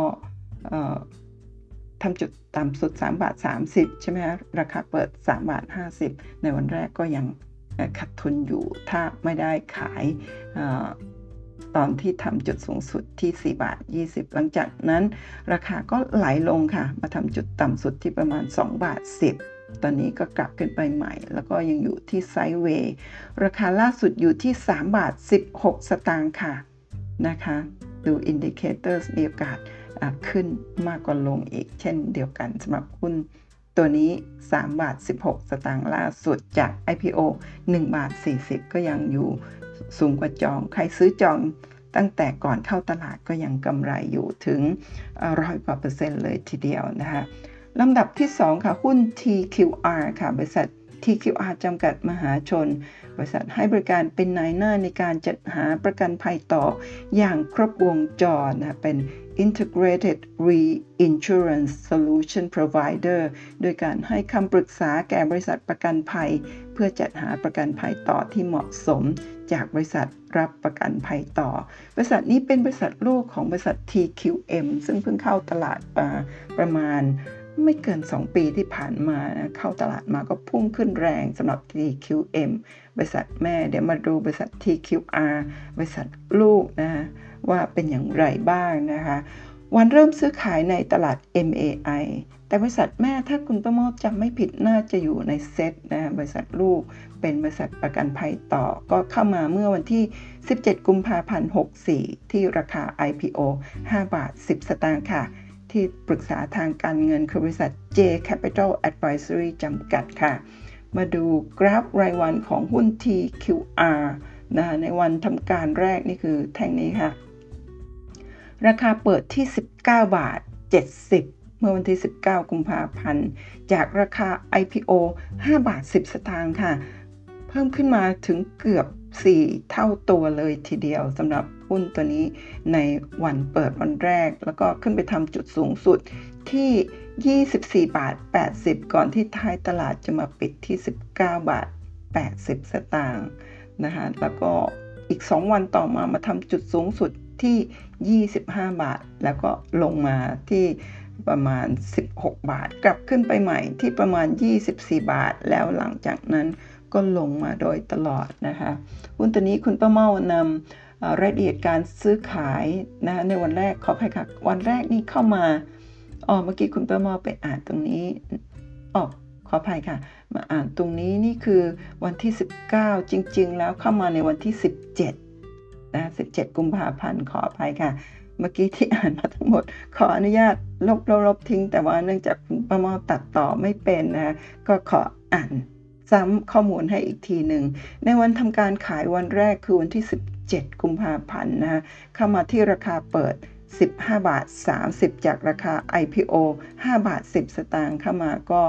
ทำจุดต่ำสุด3 บาท 30ใช่ไหมคะราคาเปิด3 บาท 50ในวันแรกก็ยังขาดทุนอยู่ถ้าไม่ได้ขายตอนที่ทำจุดสูงสุดที่4 บาท 20หลังจากนั้นราคาก็ไหลลงค่ะมาทำจุดต่ำสุดที่ประมาณ2 บาท 10ตอนนี้ก็กลับขึ้นไปใหม่แล้วก็ยังอยู่ที่ไซด์เวย์ราคาล่าสุดอยู่ที่3 บาท 16 สตางค์ค่ะนะคะดูอินดิเคเตอร์มีโอกาสขึ้นมากกว่าลงอีกเช่นเดียวกันสำหรับหุ้นตัวนี้3 บาท 16 สตางค์ล่าสุดจาก IPO 1 บาท 40ก็ยังอยู่สูงกว่าจองใครซื้อจองตั้งแต่ก่อนเข้าตลาดก็ยังกำไรอยู่ถึง100 กว่า%เลยทีเดียวนะคะลำดับที่2ค่ะหุ้น TQR ค่ะบริษัท TQR จำกัดมหาชนบริษัทให้บริการเป็นนายหน้าในการจัดหาประกันภัยต่ออย่างครบวงจรนะเป็น Integrated Reinsurance Solution Provider โดยการให้คำปรึกษาแก่บริษัทประกันภัยเพื่อจัดหาประกันภัยต่อที่เหมาะสมจากบริษัทรับประกันภัยต่อบริษัทนี้เป็นบริษัทลูกของบริษัท TQM ซึ่งเพิ่งเข้าตลาดมาประมาณไม่เกิน2 ปีที่ผ่านมานะเข้าตลาดมาก็พุ่งขึ้นแรงสำหรับ TQM บริษัทแม่เดี๋ยวมาดูบริษัท TQR บริษัทลูกนะว่าเป็นอย่างไรบ้างนะคะวันเริ่มซื้อขายในตลาด MAI แต่บริษัทแม่ถ้าคุณประโมทจำไม่ผิดน่าจะอยู่ในเซ็ตนะบริษัทลูกเป็นบริษัทประกันภัยต่อก็เข้ามาเมื่อวันที่17 กุมภาพันธ์ 64ที่ราคา IPO 5 บาท 10 สตางค์ค่ะที่ปรึกษาทางการเงินคือบริษัท J Capital Advisory จำกัดค่ะมาดูกราฟรายวันของหุ้น TQR นะในวันทำการแรกนี่คือแท่งนี้ค่ะราคาเปิดที่19 บาท 70เมื่อวันที่19 กุมภาพันธ์จากราคา IPO 5 บาท 10 สตางค์ค่ะเพิ่มขึ้นมาถึงเกือบ4 เท่าตัวเลยทีเดียวสำหรับหุ้นตัวนี้ในวันเปิดวันแรกแล้วก็ขึ้นไปทำจุดสูงสุดที่24 บาท 80ก่อนที่ท้ายตลาดจะมาปิดที่19 บาท 80 สตางค์นะคะแล้วก็อีก2 วันต่อมาทำจุดสูงสุดที่25 บาทแล้วก็ลงมาที่ประมาณ16 บาทกลับขึ้นไปใหม่ที่ประมาณ24 บาทแล้วหลังจากนั้นก็ลงมาโดยตลอดนะคะหุ้นตัวนี้คุณป้าเมานำรายละเอียดการซื้อขายนะในวันแรกขออภัยค่ะวันแรกนี่เข้ามาเมื่อกี้คุณป้าเมาไปอ่านตรงนี้ขออภัยค่ะมาอ่านตรงนี้นี่คือวันที่19จริงๆแล้วเข้ามาในวันที่17นะ17 กุมภาพันธ์ขออภัยค่ะเมื่อกี้ที่อ่านมาทั้งหมดขออนุญาตลบทิ้งแต่ว่าเนื่องจากคุณป้าเมาตัดต่อไม่เป็นนะก็ขออ่านซ้ำข้อมูลให้อีกทีหนึ่งในวันทำการขายวันแรกคือวันที่17 กุมภาพันธ์นะเข้ามาที่ราคาเปิด15 บาท 30จากราคา IPO 5 บาท 10 สตางค์เข้ามาก็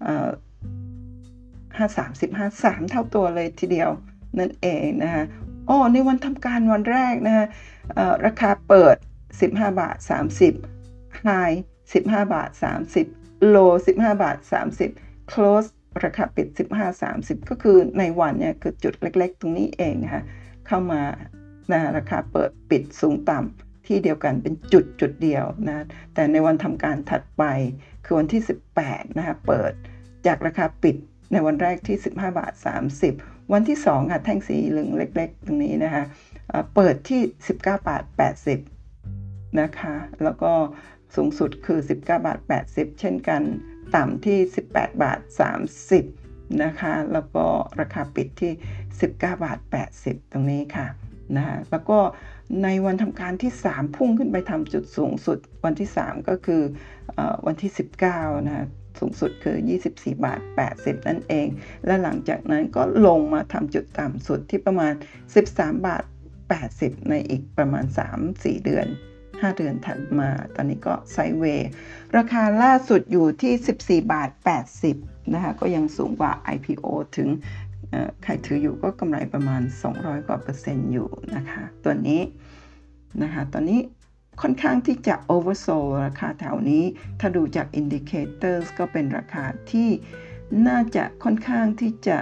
3 เท่าตัวเลยทีเดียวนั่นเองนะคะในวันทำการวันแรกนะคะราคาเปิด15 บาท 30 High 15 บาท 30 Low 15 บาท 30 Close ราคาปิด15.30ก็คือในวันเนี่ยคือจุดเล็กๆตรงนี้เองนะคะเข้ามาราคาเปิดปิดสูงต่ำที่เดียวกันเป็นจุดเดียวนะแต่ในวันทำการถัดไปคือวันที่18นะคะเปิดจากราคาปิดในวันแรกที่15 บาท 30วันที่2ค่ะแท่งสีเหลืองเล็กๆตรงนี้นะคะเปิดที่19 บาท 80นะคะแล้วก็สูงสุดคือ19 บาท 80เช่นกันต่ำที่18 บาท 30นะคะแล้วก็ราคาปิดที่19 บาท 80ตรงนี้ค่ะนะแล้วก็ในวันทำการที่3พุ่งขึ้นไปทำจุดสูงสุดวันที่3ก็คือวันที่19นะสูงสุดคือ24 บาท 80นั่นเองและหลังจากนั้นก็ลงมาทำจุดต่ำสุดที่ประมาณ13 บาท 80ในอีกประมาณ 3-4 เดือน5 เดือนถัดมาตอนนี้ก็ไซด์เวย์ราคาล่าสุดอยู่ที่14 บาท 80นะคะก็ยังสูงกว่า IPO ถึงใครถืออยู่ก็กำไรประมาณ200 กว่า%อยู่นะคะตัวนี้นะคะตอนนี้ค่อนข้างที่จะ oversold ราคาแถวนี้ถ้าดูจาก indicators ก็เป็นราคาที่น่าจะค่อนข้างที่จะ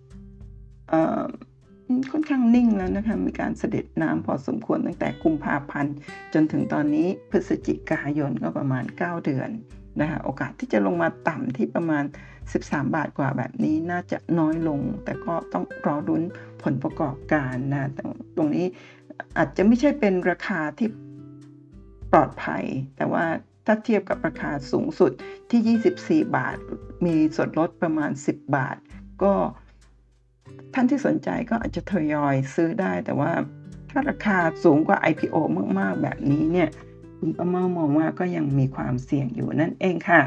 ค่อนข้างนิ่งแล้วนะคะมีการเสด็จน้ำพอสมควรตั้งแต่กุมภาพันธ์จนถึงตอนนี้พฤศจิกายนก็ประมาณ9 เดือนนะคะโอกาสที่จะลงมาต่ำที่ประมาณ13 บาทกว่าแบบนี้น่าจะน้อยลงแต่ก็ต้องรอลุ้นผลประกอบการนะตรงนี้อาจจะไม่ใช่เป็นราคาที่ปลอดภัยแต่ว่าถ้าเทียบกับราคาสูงสุดที่24 บาทมีส่วนลดประมาณ10 บาทก็ท่านที่สนใจก็อาจจะทยอยซื้อได้แต่ว่าถ้าราคาสูงกว่า IPO มากๆแบบนี้เนี่ยคุณป้าเมามองว่าก็ยังมีความเสี่ยงอยู่นั่นเองค่ะ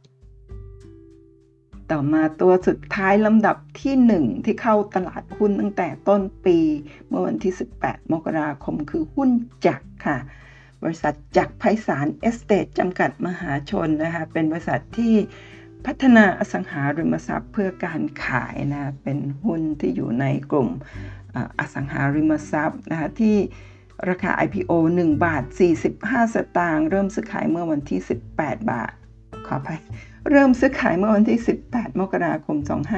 ต่อมาตัวสุดท้ายลำดับที่1ที่เข้าตลาดหุ้นตั้งแต่ต้นปีเมื่อวันที่18 มกราคมคือหุ้นจักรค่ะบริษัทจักรไพศาลเอสเตทจำกัดมหาชนนะคะเป็นบริษัทที่พัฒนาอสังหาริมทรัพย์เพื่อการขายนะเป็นหุ้นที่อยู่ในกลุ่มอสังหาริมทรัพย์นะคะที่ราคา IPO 1 บาท 45 สตางค์เริ่มซื้อขายเมื่อวันที่18 บาทขออภัยเริ่มซื้อขายเมื่อวันที่18 มกราคม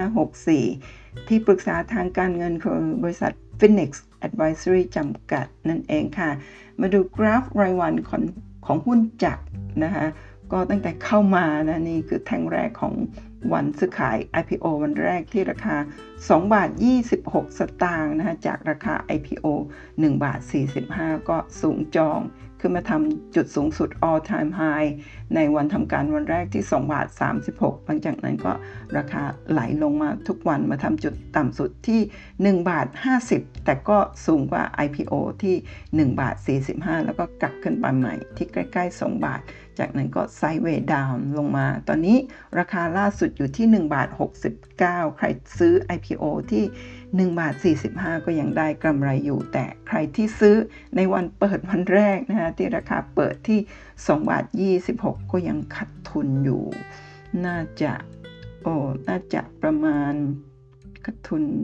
2564ที่ปรึกษาทางการเงินของบริษัท Phoenix Advisory จำกัดนั่นเองค่ะมาดูกราฟรายวันของหุ้นจักรนะคะก็ตั้งแต่เข้ามานะนี่คือแท่งแรกของวันซื้อขาย IPO วันแรกที่ราคา2 บาท 26 สตางค์นะคะจากราคา IPO 1 บาท 45ก็สูงจองขึ้นมาทำจุดสูงสุด all time high ในวันทำการวันแรกที่2 บาท 36หลังจากนั้นก็ราคาไหลลงมาทุกวันมาทำจุดต่ำสุดที่1 บาท 50แต่ก็สูงกว่า IPO ที่1 บาท 45แล้วก็กลับขึ้นไปใหม่ที่ใกล้ๆ2 บาทจากนั้นก็ไซด์เวย์ดาวน์ลงมาตอนนี้ราคาล่าสุดอยู่ที่1 บาท 69ใครซื้อ IPO ที่1 บาท 45ก็ยังได้กำไรอยู่แต่ใครที่ซื้อในวันเปิดวันแรกนะฮะที่ราคาเปิดที่2 บาท 26ก็ยังขาดทุนอยู่น่าจะประมาณขาดทุน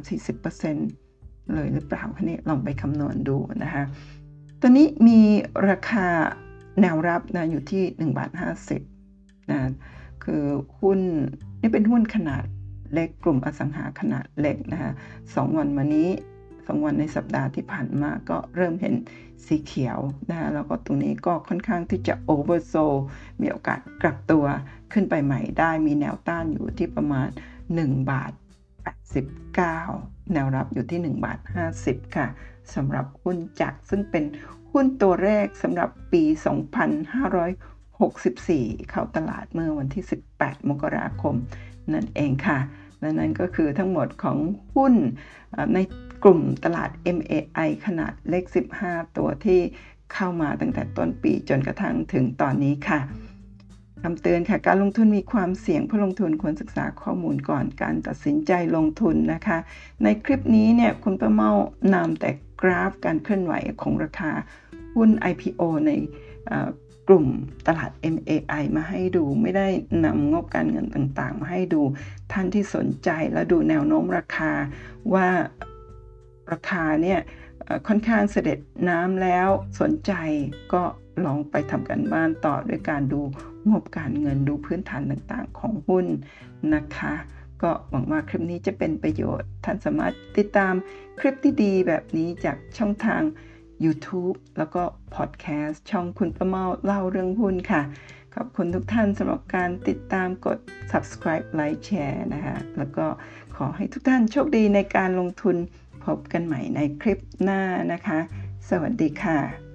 30-40% เลยหรือเปล่าคะเนี่ยลองไปคำนวณดูนะคะตอนนี้มีราคาแนวรับนะอยู่ที่1 บาท 50นะคือหุ้นนี่เป็นหุ้นขนาดเล็กกลุ่มอสังหาขนาดเล็กนะคะ2 วันมานี้2 วันในสัปดาห์ที่ผ่านมาก็เริ่มเห็นสีเขียวนะแล้วก็ตรงนี้ก็ค่อนข้างที่จะ oversold มีโอกาสกลับตัวขึ้นไปใหม่ได้มีแนวต้านอยู่ที่ประมาณ1 บาท 89แนวรับอยู่ที่1 บาท 50ค่ะสำหรับหุ้นจักรซึ่งเป็นหุ้นตัวแรกสำหรับปี 2564 เข้าตลาดเมื่อวันที่18 มกราคมนั่นเองค่ะและนั่นก็คือทั้งหมดของหุ้นในกลุ่มตลาด MAI ขนาดเล็ก15 ตัวที่เข้ามาตั้งแต่ต้นปีจนกระทั่งถึงตอนนี้ค่ะคำเตือนค่ะการลงทุนมีความเสี่ยงผู้ลงทุนควรศึกษาข้อมูลก่อนการตัดสินใจลงทุนนะคะในคลิปนี้เนี่ยคุณป้าเมานำแต่กราฟการเคลื่อนไหวของราคาหุ้น IPO ในกลุ่มตลาด MAI มาให้ดูไม่ได้นำงบการเงินต่างๆมาให้ดูท่านที่สนใจและดูแนวโน้มราคาว่าราคาเนี่ยค่อนข้างเสด็จน้ำแล้วสนใจก็ลองไปทำกันบ้านต่อด้วยการดูงบการเงินดูพื้นฐานต่างๆของหุ้นนะคะก็หวังว่าคลิปนี้จะเป็นประโยชน์ท่านสามารถติดตามคลิปที่ดีแบบนี้จากช่องทาง YouTube แล้วก็พอดแคสต์ช่องคุณป้าเมาเล่าเรื่องหุ้นค่ะขอบคุณทุกท่านสำหรับการติดตามกด Subscribe ไลค์แชร์นะคะแล้วก็ขอให้ทุกท่านโชคดีในการลงทุนพบกันใหม่ในคลิปหน้านะคะสวัสดีค่ะ